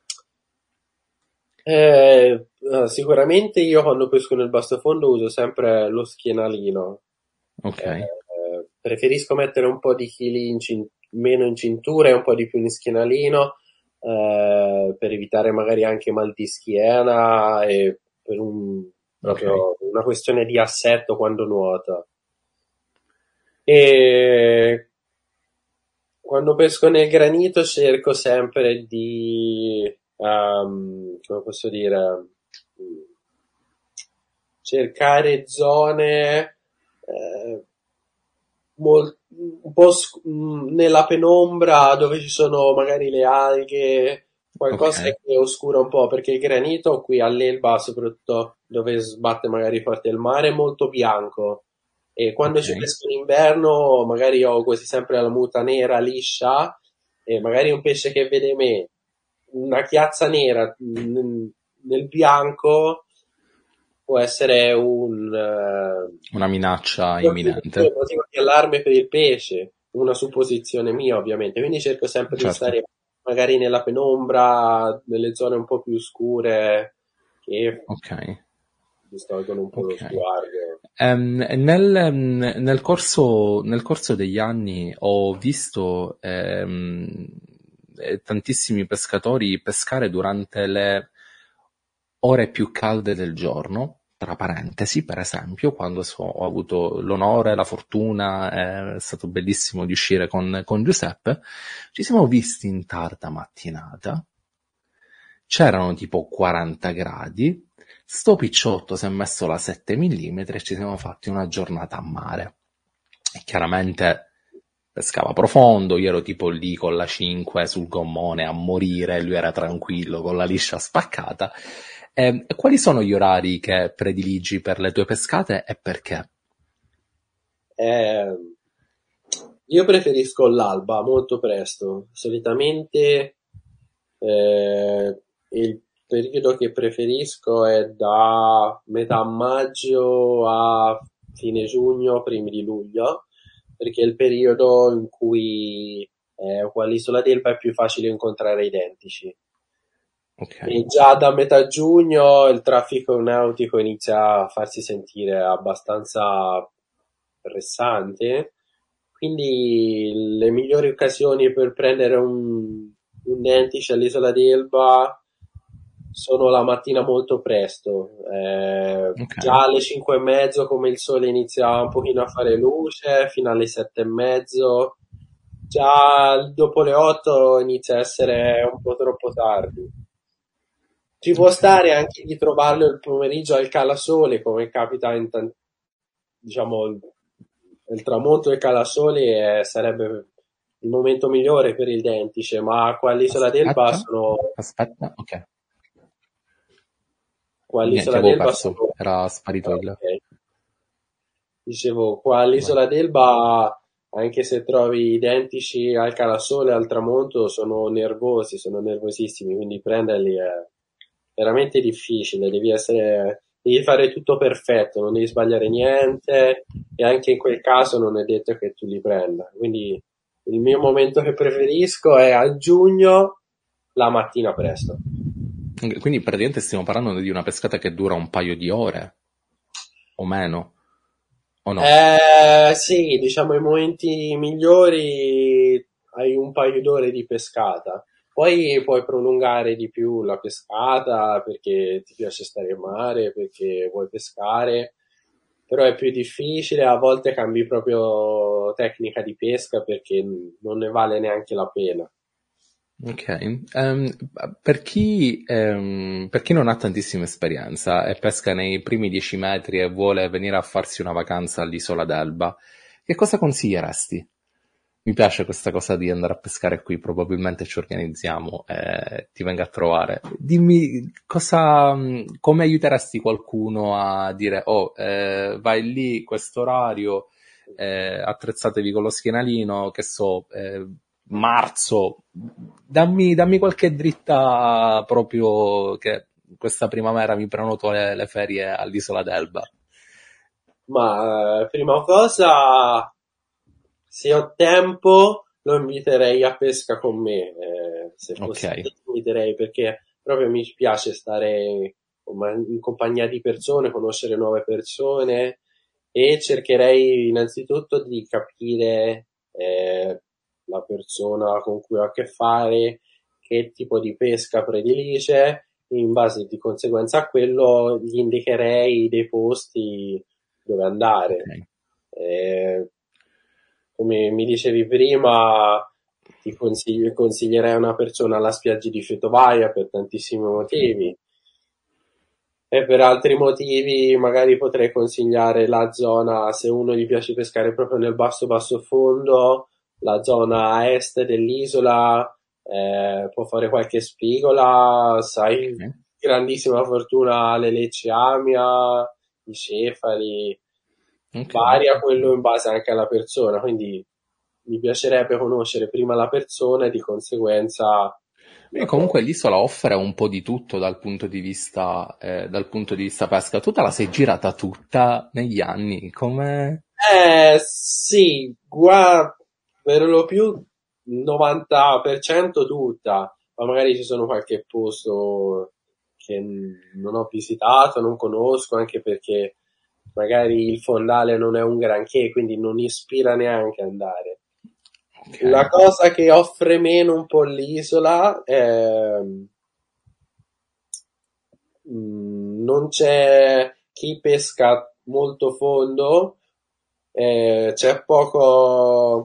Eh, eh, sicuramente io quando pesco nel bassofondo uso sempre lo schienalino. Ok, Eh, preferisco mettere un po' di chili in cin- meno in cintura e un po' di più in schienalino, eh, per evitare magari anche mal di schiena e per un- ok, proprio una questione di assetto quando nuota. E quando pesco nel granito cerco sempre di, ehm, come posso dire, cercare zone eh, mol- un po' sc- mh, nella penombra dove ci sono magari le alghe, qualcosa ok, che oscura un po', perché il granito qui all'Elba, soprattutto dove sbatte magari forte il mare, è molto bianco. E quando ok, ci pesco in inverno, magari ho quasi sempre la muta nera liscia, e magari un pesce che vede me, una chiazza nera mh, nel bianco, può essere un, eh, una minaccia motivo, imminente. motivo di allarme per il pesce, una supposizione mia ovviamente, quindi cerco sempre di Certo, stare magari nella penombra, nelle zone un po' più scure che ok, distolgono un po' lo ok. sguardo. Ehm, nel, ehm, nel corso, nel corso degli anni ho visto ehm, eh, tantissimi pescatori pescare durante le ore più calde del giorno. Tra parentesi, per esempio, quando so- ho avuto l'onore, la fortuna, eh, è stato bellissimo di uscire con, con Giuseppe, ci siamo visti in tarda mattinata, c'erano tipo quaranta gradi, sto picciotto si è messo la sette millimetri e ci siamo fatti una giornata a mare. E chiaramente pescava profondo, io ero tipo lì con la cinque sul gommone a morire, lui era tranquillo con la liscia spaccata. E quali sono gli orari che prediligi per le tue pescate e perché? Eh, io preferisco l'alba molto presto, solitamente eh, il periodo che preferisco è da metà maggio a fine giugno, primi di luglio, perché è il periodo in cui eh, qua all'isola d'Elba è più facile incontrare identici. Ok, E già da metà giugno il traffico nautico inizia a farsi sentire abbastanza pressante, quindi le migliori occasioni per prendere un, un Nentish all'isola d'Elba sono la mattina molto presto. Eh, ok, già alle cinque e mezzo, come il sole inizia un pochino a fare luce, fino alle sette e mezzo. Già dopo le otto inizia a essere un po' troppo tardi. Ci può ok. stare anche di trovarlo il pomeriggio al calasole, come capita in tan- diciamo, il, il tramonto del calasole eh, sarebbe il momento migliore per il Dentice, ma qua all'Isola d'Elba Aspetta, sono, aspetta, ok. qua Niente, all'Isola avevo d'Elba perso, sono, era sparito ah, il... ok. Dicevo, qua Vai. all'Isola d'Elba, anche se trovi identici al calasole e al tramonto, sono nervosi, sono nervosissimi, quindi prenderli è veramente difficile, devi essere, devi fare tutto perfetto, non devi sbagliare niente e anche in quel caso non è detto che tu li prenda. Quindi il mio momento che preferisco è a giugno, la mattina presto. Quindi praticamente stiamo parlando di una pescata che dura un paio di ore o meno, o no? Eh, sì, diciamo i momenti migliori hai un paio d'ore di pescata. Poi puoi prolungare di più la pescata perché ti piace stare in mare, perché vuoi pescare, però è più difficile, a volte cambi proprio tecnica di pesca perché non ne vale neanche la pena. Ok. Ehm, per chi, ehm, per chi non ha tantissima esperienza e pesca nei primi dieci metri e vuole venire a farsi una vacanza all'isola d'Elba, che cosa consiglieresti? Mi piace questa cosa di andare a pescare qui, probabilmente ci organizziamo e ti vengo a trovare. Dimmi cosa, mh, come aiuteresti qualcuno a dire, oh, eh, vai lì, questo orario, eh, attrezzatevi con lo schienalino, che so, eh, marzo, dammi, dammi qualche dritta proprio che, questa primavera mi prenoto le, le ferie all'isola d'Elba. Ma eh, prima cosa, se ho tempo, lo inviterei a pesca con me, eh, se Ok, possibile lo inviterei perché proprio mi piace stare insomma, in compagnia di persone, conoscere nuove persone e cercherei innanzitutto di capire eh, la persona con cui ho a che fare, che tipo di pesca predilige, in base di conseguenza a quello gli indicherei dei posti dove andare. ok. Eh, come mi dicevi prima, ti consigli- consiglierei a una persona la spiaggia di Fetovaia per tantissimi motivi. E per altri motivi magari potrei consigliare la zona, se uno gli piace pescare proprio nel basso basso fondo, la zona a est dell'isola, eh, può fare qualche spigola, sai, Ok. grandissima fortuna alle lecce Amia, i cefali, Ok. varia quello in base anche alla persona, quindi mi piacerebbe conoscere prima la persona e di conseguenza Quindi la cosa. comunque l'isola offre un po' di tutto dal punto di vista, eh, dal punto di vista pesca. Tu te la sei girata tutta negli anni, come... Eh sì, guarda, per lo più il novanta per cento tutta, ma magari ci sono qualche posto che n- non ho visitato, non conosco, anche perché magari il fondale non è un granché, quindi non ispira neanche ad andare. Ok, La cosa che offre meno un po' l'isola è mm, non c'è chi pesca molto fondo, eh, c'è poco,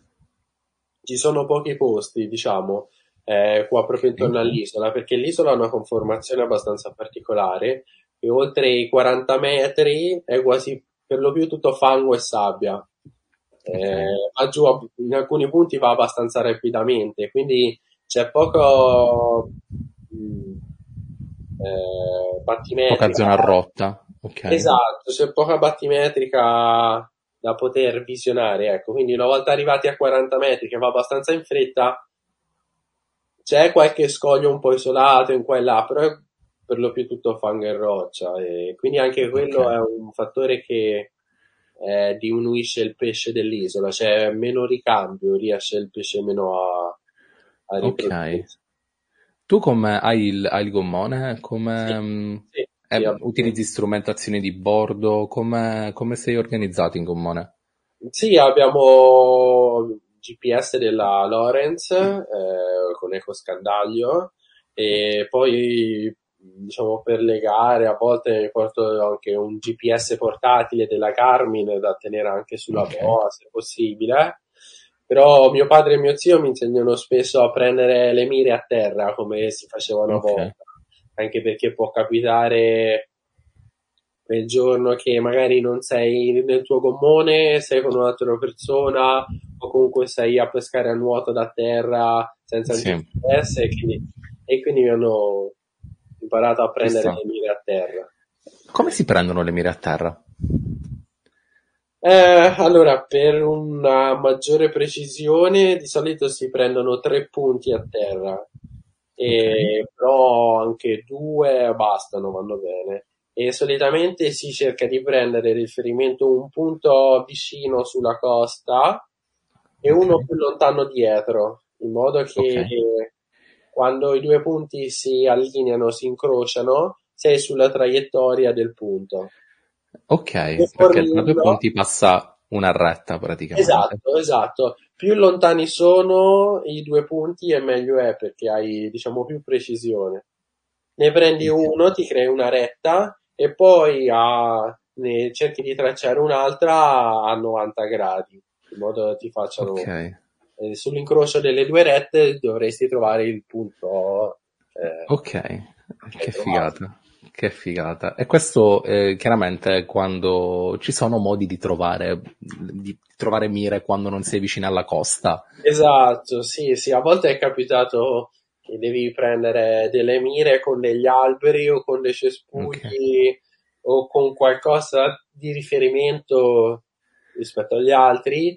ci sono pochi posti, diciamo, eh, qua proprio ok, intorno all'isola, perché l'isola ha una conformazione abbastanza particolare e oltre i quaranta metri è quasi per lo più tutto fango e sabbia. ok. Eh, va giù a- in alcuni punti va abbastanza rapidamente, quindi c'è poco mh, eh, Poca battimetrica. zona rotta, ok. Esatto, c'è poca battimetrica da poter visionare, ecco. Quindi una volta arrivati a quaranta metri, che va abbastanza in fretta, c'è qualche scoglio un po' isolato in qua e là, però è per lo più tutto fango e roccia, e quindi anche Ok, quello è un fattore che eh, diminuisce il pesce dell'isola, c'è meno ricambio, riesce il pesce meno a, a ok. riprodursi. Tu come hai il, hai il gommone? Sì, Come mh, sì, sì, eh, abbiamo- utilizzi strumentazioni di bordo? Come, come sei organizzato in gommone? Sì, abbiamo G P S della Lorenz eh, con ecoscandaglio e poi diciamo per le gare a volte mi porto anche un G P S portatile della Garmin da tenere anche sulla Ok, boa se possibile. Però mio padre e mio zio mi insegnano spesso a prendere le mire a terra come si faceva una ok, volta, anche perché può capitare quel giorno che magari non sei nel tuo gommone, sei con un'altra persona o comunque sei a pescare a nuoto da terra senza il sì, G P S e quindi, e quindi mi hanno imparato a ci prendere sta. le mire a terra. Come si prendono le mire a terra? Eh, allora, per una maggiore precisione, di solito si prendono tre punti a terra, Ok, e, però anche due bastano, vanno bene. E solitamente si cerca di prendere riferimento un punto vicino sulla costa e ok, uno più lontano dietro, in modo ok, che quando i due punti si allineano, si incrociano, sei sulla traiettoria del punto. E ok, perché da due fornirlo. punti passa una retta praticamente. Esatto, esatto. Più lontani sono i due punti e meglio è perché hai, diciamo, più precisione. Ne prendi Ok, uno, ti crei una retta e poi a- ne cerchi di tracciare un'altra a novanta gradi, in modo che ti ok. facciano eh, sull'incrocio delle due rette dovresti trovare il punto eh, Ok, che hai che trovato. figata, che figata. E questo eh, chiaramente quando ci sono modi di trovare, di trovare mire quando non sei vicino alla costa. Esatto, sì, sì, a volte è capitato che devi prendere delle mire con degli alberi o con dei Ok, cespugli o con qualcosa di riferimento rispetto agli altri,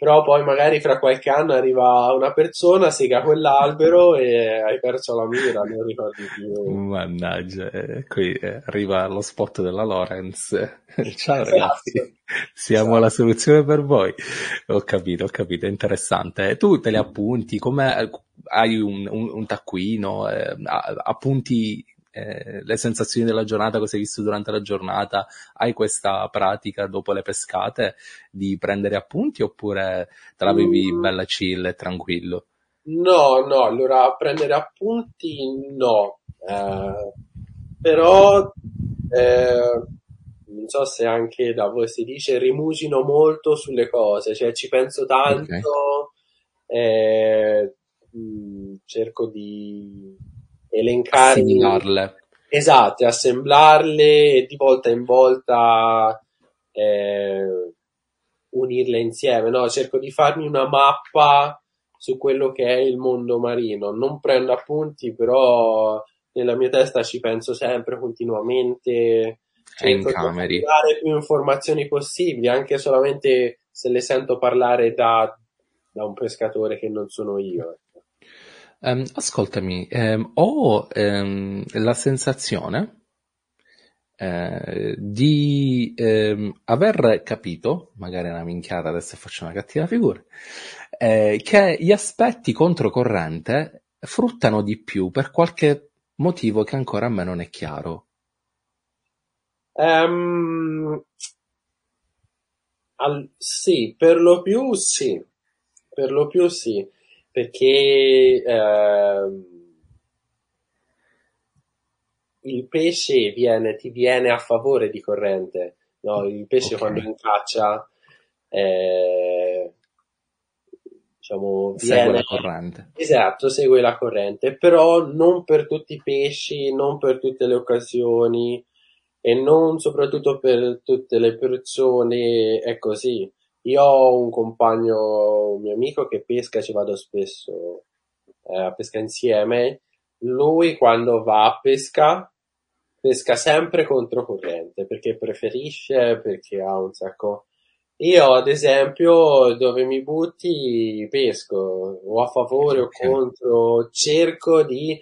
però poi magari fra qualche anno arriva una persona, sega quell'albero e hai perso la mira, non ricordi più. Mannaggia, eh, qui eh, arriva lo spot della Lorenz. Ciao Esatto, ragazzi, siamo la esatto. soluzione per voi. Ho capito, ho capito, è interessante. Tu te li appunti, come hai un, un, un taccuino, eh, appunti eh, le sensazioni della giornata, cosa hai visto durante la giornata? Hai questa pratica dopo le pescate di prendere appunti oppure te la vivi Mm, bella chill e tranquillo? no, no, allora prendere appunti no. Eh, però eh, non so se anche da voi si dice, rimusino molto sulle cose, cioè ci penso Ok, tanto, eh, mh, cerco di elencare, assimilarle. esatto, assemblarle e di volta in volta eh, unirle insieme, no? Cerco di farmi una mappa su quello che è il mondo marino. Non prendo appunti, però nella mia testa ci penso sempre, continuamente. È in Cerco di cameri. accumulare più informazioni possibili, anche solamente se le sento parlare da, da un pescatore che non sono io. Ecco. Ehm, ascoltami, ehm, ho ehm, la sensazione eh, di ehm, aver capito, magari è una minchiata, adesso faccio una cattiva figura, eh, che gli aspetti controcorrente fruttano di più per qualche motivo che ancora a me non è chiaro. Ehm, al- sì, per lo più sì, per lo più sì, perché ehm, il pesce viene, ti viene a favore di corrente, no? Il pesce Ok, quando incaccia, eh, diciamo, segue viene, la corrente. esatto, segue la corrente, però non per tutti i pesci, non per tutte le occasioni e non soprattutto per tutte le persone, è così. Io ho un compagno, un mio amico che pesca, ci vado spesso eh, a pesca insieme. Lui quando va a pesca, pesca sempre controcorrente perché preferisce, perché ha un sacco. Io, ad esempio, dove mi butti, pesco, o a favore o Ok, contro, cerco di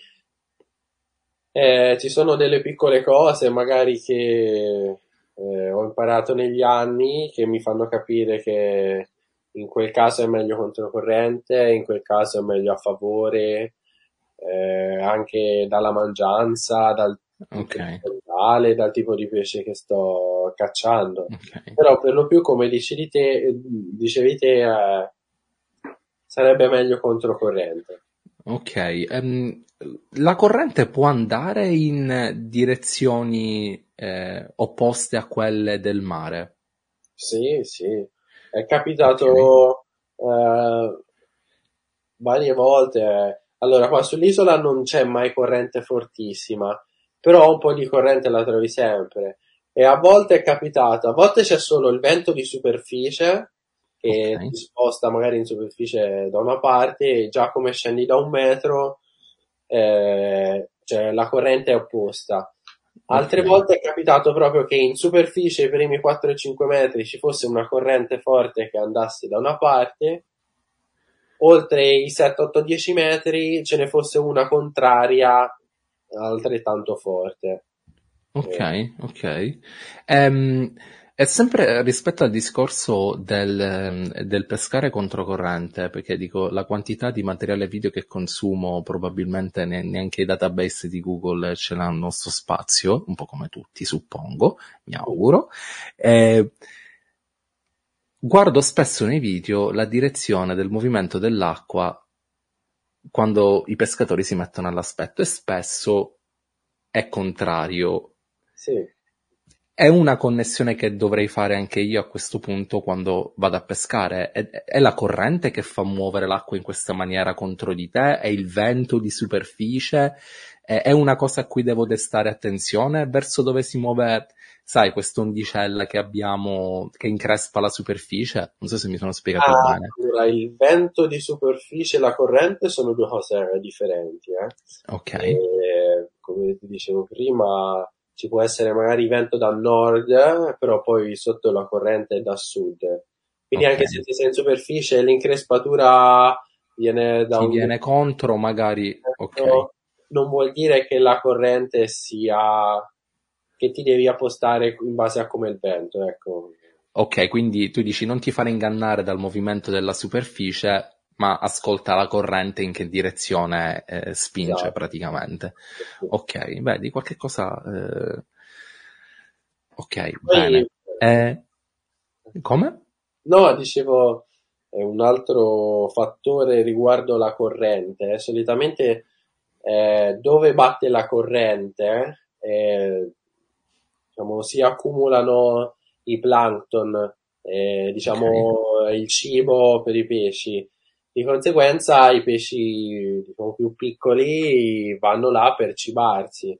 eh, ci sono delle piccole cose magari che eh, ho imparato negli anni che mi fanno capire che in quel caso è meglio controcorrente, in quel caso è meglio a favore, eh, anche dalla mangianza, dal ok, tipo di fondale, dal tipo di pesce che sto cacciando. ok. Però per lo più, come dicevi te, dicevi te eh, sarebbe meglio controcorrente. Ok, ehm, la corrente può andare in direzioni eh, opposte a quelle del mare. Sì, sì, è Ok, capitato eh, varie volte. Allora, qua sull'isola non c'è mai corrente fortissima, però un po' di corrente la trovi sempre. E a volte è capitato, a volte c'è solo il vento di superficie ok, che ti sposta magari in superficie da una parte e già come scendi da un metro, eh, cioè la corrente è opposta. ok, Altre volte è capitato proprio che in superficie, i primi quattro cinque metri, ci fosse una corrente forte che andasse da una parte, oltre i sette otto dieci metri ce ne fosse una contraria altrettanto forte. ok, Eh, ok. Ehm, è sempre rispetto al discorso del, ehm, del pescare controcorrente, perché dico, la quantità di materiale video che consumo probabilmente ne- neanche i database di Google ce l'hanno sto spazio, un po' come tutti, suppongo, mi auguro. Eh, Guardo spesso nei video la direzione del movimento dell'acqua quando i pescatori si mettono all'aspetto e spesso è contrario. sì. È una connessione che dovrei fare anche io a questo punto quando vado a pescare. È, è la corrente che fa muovere l'acqua in questa maniera contro di te? È il vento di superficie? È, è una cosa a cui devo destare attenzione verso dove si muove, sai, quest'ondicella che abbiamo che increspa la superficie? Non so se mi sono spiegato Ah, bene. allora, il vento di superficie e la corrente sono due cose differenti, eh. Ok, E, come ti dicevo prima, ci può essere magari vento da nord, però poi sotto la corrente è da sud. Quindi Ok. anche se ti sei in superficie, l'increspatura viene da Ti un viene contro, magari, ok. determinato, non vuol dire che la corrente sia che ti devi appostare in base a come è il vento, ecco. Ok, quindi tu dici non ti fare ingannare dal movimento della superficie, ma ascolta la corrente in che direzione eh, spinge Esatto. praticamente. Sì. Ok, vedi, qualche cosa... eh, ok, Poi, bene. Eh, come? no, dicevo, è un altro fattore riguardo la corrente. Solitamente eh, dove batte la corrente, eh, diciamo, si accumulano i plankton, eh, Ok. diciamo, il cibo per i pesci. Di conseguenza i pesci, diciamo, più piccoli vanno là per cibarsi.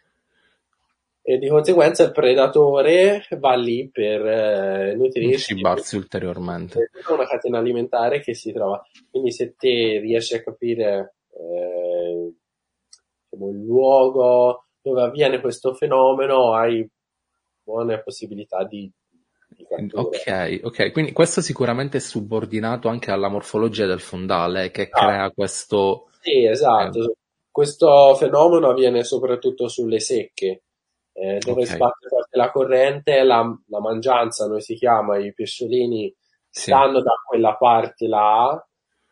E di conseguenza il predatore va lì per eh, nutrirsi. Cibarsi ulteriormente. È tutta una catena alimentare che si trova. Quindi se te riesci a capire eh, diciamo, il luogo dove avviene questo fenomeno, hai buone possibilità di, di cattura. Ok, ok, quindi questo sicuramente è subordinato anche alla morfologia del fondale che Ah, crea questo... sì, eh, esatto. Questo fenomeno avviene soprattutto sulle secche, eh, dove ok, sbatte forte la corrente, la, la mangianza, noi si chiama, i pesciolini sì. stanno da quella parte là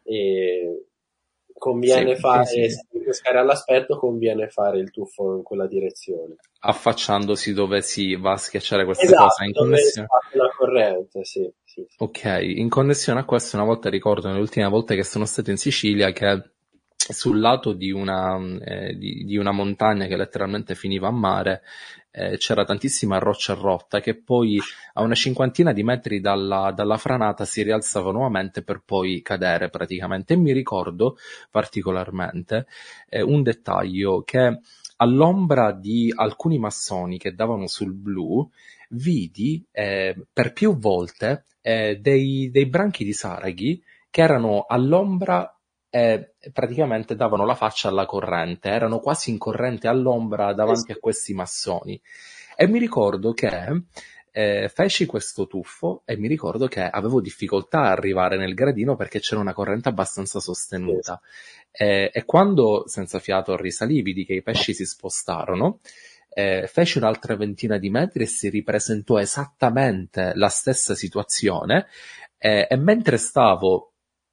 e Sì, conviene sì, sì, fare, sì. se devi pescare all'aspetto, conviene fare il tuffo in quella direzione. Affacciandosi dove si va a schiacciare questa cosa Esatto, in dove connessione. sbatte la corrente, sì, sì, sì. Ok, in connessione a questo, una volta ricordo, nelle ultime volte che sono stato in Sicilia, che sul lato di una, eh, di, di una montagna che letteralmente finiva a mare, eh, c'era tantissima roccia rotta che poi a una cinquantina di metri dalla, dalla franata si rialzava nuovamente per poi cadere praticamente. E mi ricordo particolarmente eh, un dettaglio che all'ombra di alcuni massoni che davano sul blu, vidi eh, per più volte eh, dei, dei branchi di saraghi che erano all'ombra e praticamente davano la faccia alla corrente, erano quasi in corrente all'ombra Eh davanti a sì, questi massoni. E mi ricordo che eh, feci questo tuffo e mi ricordo che avevo difficoltà a arrivare nel gradino perché c'era una corrente abbastanza sì, sì. sostenuta. Eh, e quando senza fiato risalivi, vidi che i pesci si spostarono, eh, fece un'altra ventina di metri e si ripresentò esattamente la stessa situazione eh, e mentre stavo,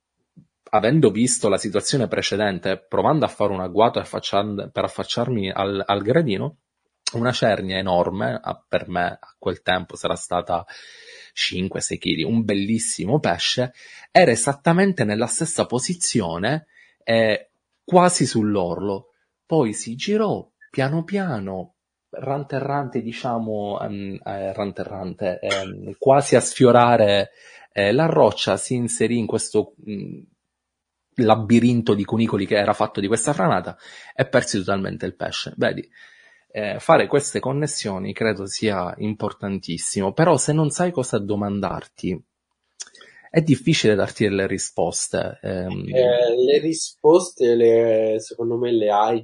avendo visto la situazione precedente, provando a fare un agguato e affaccian- per affacciarmi al, al gradino, una cernia enorme, a- per me a quel tempo sarà stata cinque sei kg, un bellissimo pesce, era esattamente nella stessa posizione, eh, quasi sull'orlo. Poi si girò piano piano, ranterrante, diciamo, ehm, eh, ranterrante, ehm, quasi a sfiorare eh, la roccia, si inserì in questo mh, labirinto di cunicoli che era fatto di questa franata e persi totalmente il pesce. Vedi, eh, fare queste connessioni credo sia importantissimo, però se non sai cosa domandarti, è difficile darti delle risposte. ehm, Eh, le risposte, le- secondo me, le hai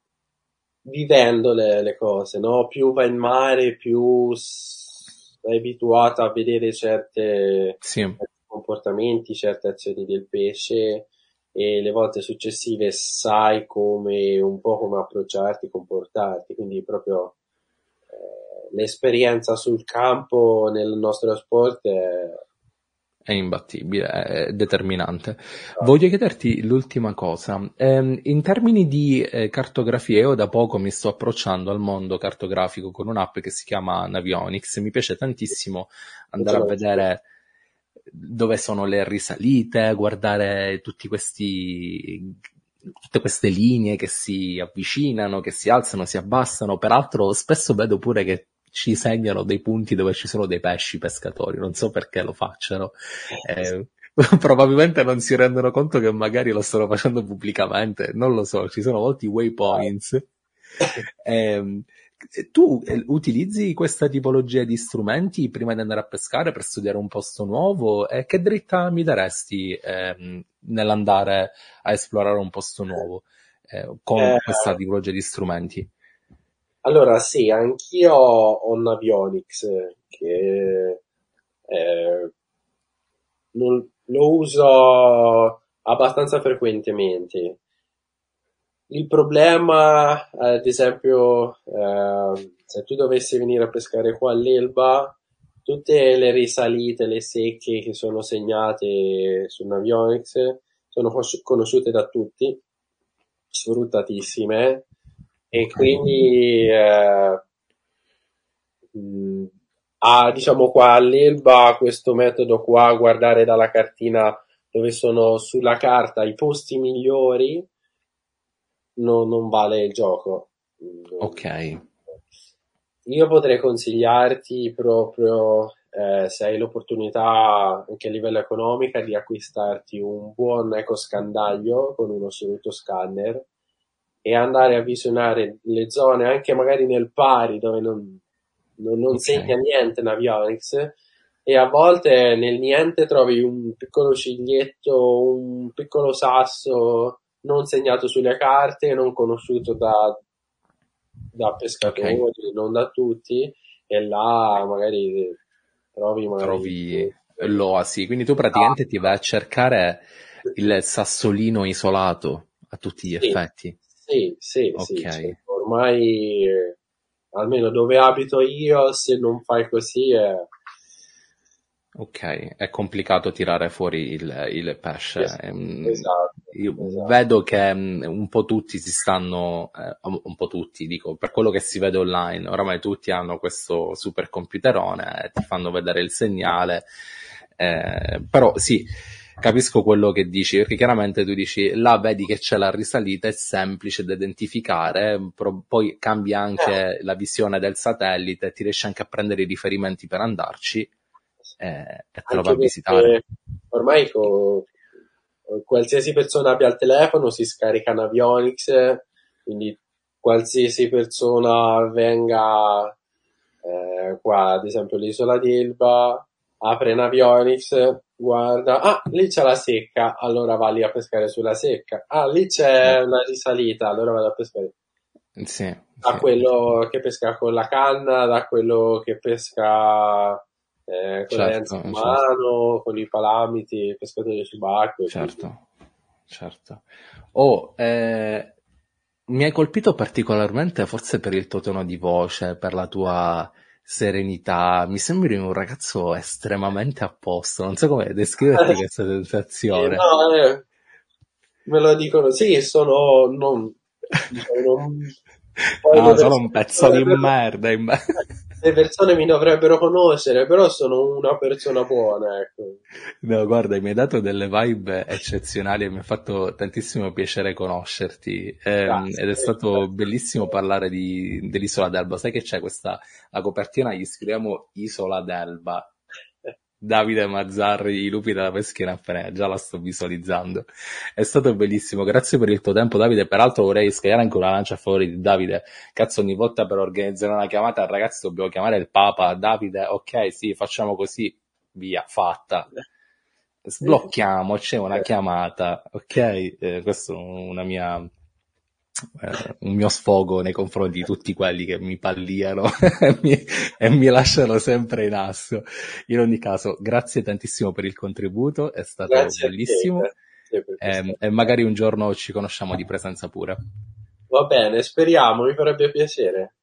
vivendo le, le cose, no? Più vai in mare, più s- sei abituato a vedere certe, sì. certi comportamenti, certe azioni del pesce e le volte successive sai come un po' come approcciarti, comportarti, quindi proprio eh, l'esperienza sul campo nel nostro sport è... È imbattibile, è determinante. Voglio chiederti l'ultima cosa. Ehm, in termini di eh, cartografia, io da poco mi sto approcciando al mondo cartografico con un'app che si chiama Navionics. Mi piace tantissimo non andare a conosco. vedere dove sono le risalite, guardare tutti questi, tutte queste linee che si avvicinano, che si alzano, si abbassano. Peraltro, spesso vedo pure che ci segnano dei punti dove ci sono dei pesci pescatori, non so perché lo facciano. Eh, probabilmente non si rendono conto che magari lo stanno facendo pubblicamente, non lo so, ci sono molti waypoints. Ehm, tu eh, utilizzi questa tipologia di strumenti prima di andare a pescare per studiare un posto nuovo e che dritta mi daresti ehm, nell'andare a esplorare un posto nuovo eh, con Eh, questa tipologia di strumenti? allora sì, anch'io ho un Navionics che è non- lo uso abbastanza frequentemente. Il problema, ad esempio, ehm, se tu dovessi venire a pescare qua all'Elba, tutte le risalite, le secche che sono segnate su Navionics sono cos- conosciute da tutti, sfruttatissime, e Ok, quindi eh, mh, ha, diciamo qua all'Elba questo metodo qua, guardare dalla cartina dove sono sulla carta i posti migliori, no- non vale il gioco. Non- ok, Io potrei consigliarti proprio, eh, se hai l'opportunità anche a livello economico, di acquistarti un buon ecoscandaglio con uno assoluto scanner e andare a visionare le zone anche magari nel pari dove non, non, non ok, segna niente Navionics, e a volte nel niente trovi un piccolo ciglietto, un piccolo sasso non segnato sulle carte, non conosciuto da, da ok. pescatori, non da tutti, e là magari trovi magari... Trovi l'oasi, quindi tu praticamente ti vai a cercare il sassolino isolato a tutti gli Sì, effetti. sì, sì, Ok, sì, cioè, ormai, eh, almeno dove abito io, se non fai così è... ok, è complicato tirare fuori il, il pesce. es- Ehm, Esatto, Io esatto. vedo che mm, un po' tutti si stanno, eh, un po' tutti, dico, per quello che si vede online, oramai tutti hanno questo supercomputerone e ti fanno vedere il segnale. Eh, però sì, capisco quello che dici, perché chiaramente tu dici, là vedi che c'è la risalita, è semplice da identificare, pro- poi cambia Eh, anche la visione del satellite, ti riesci anche a prendere i riferimenti per andarci eh, e te lo va Anche a visitare. perché ormai co- qualsiasi persona abbia il telefono si scarica Navionics, quindi qualsiasi persona venga eh, qua, ad esempio l'isola di Elba, apre Navionics, guarda, ah, lì c'è la secca, allora va lì a pescare sulla secca. Ah, lì c'è Certo. una risalita, allora vado a pescare. Sì, Da sì, quello che pesca con la canna, da quello che pesca eh, con le lenze in certo, certo, mano, con i palamiti, pescatori subacquei, quindi certo, certo. Oh, eh, mi hai colpito particolarmente forse per il tuo tono di voce, per la tua serenità. Mi sembri un ragazzo estremamente a posto. Non so come descriverti questa sì, sensazione. no, eh, me lo dicono, sì, sono, non, diciamo, non- poi le Ah, sono un persone mi pezzo di dovrebbero, merda. in me- le persone mi dovrebbero conoscere, però sono una persona buona, ecco. No, guarda, mi hai dato delle vibe eccezionali e mi ha fatto tantissimo piacere conoscerti. Ehm, ed è Grazie, stato bellissimo grazie. parlare di- dell'Isola d'Elba. Sai che c'è questa, la copertina, gli scriviamo Isola d'Elba. Davide Mazzarri, i lupi della pesca in apnea, già la sto visualizzando. È stato bellissimo, grazie per il tuo tempo, Davide. Peraltro vorrei scagliare anche una lancia a favore di Davide. Cazzo, ogni volta per organizzare una chiamata, ragazzi, dobbiamo chiamare il Papa. Davide, ok, sì, facciamo così, via, fatta. Sblocchiamo, c'è una chiamata, ok? Eh, questo è una mia, eh, un mio sfogo nei confronti di tutti quelli che mi palliano e mi, e mi lasciano sempre in asso. In ogni caso, grazie tantissimo per il contributo, è stato Grazie a te, bellissimo grazie per e, questa e magari un giorno ci conosciamo di presenza pure. Va bene, speriamo, mi farebbe piacere.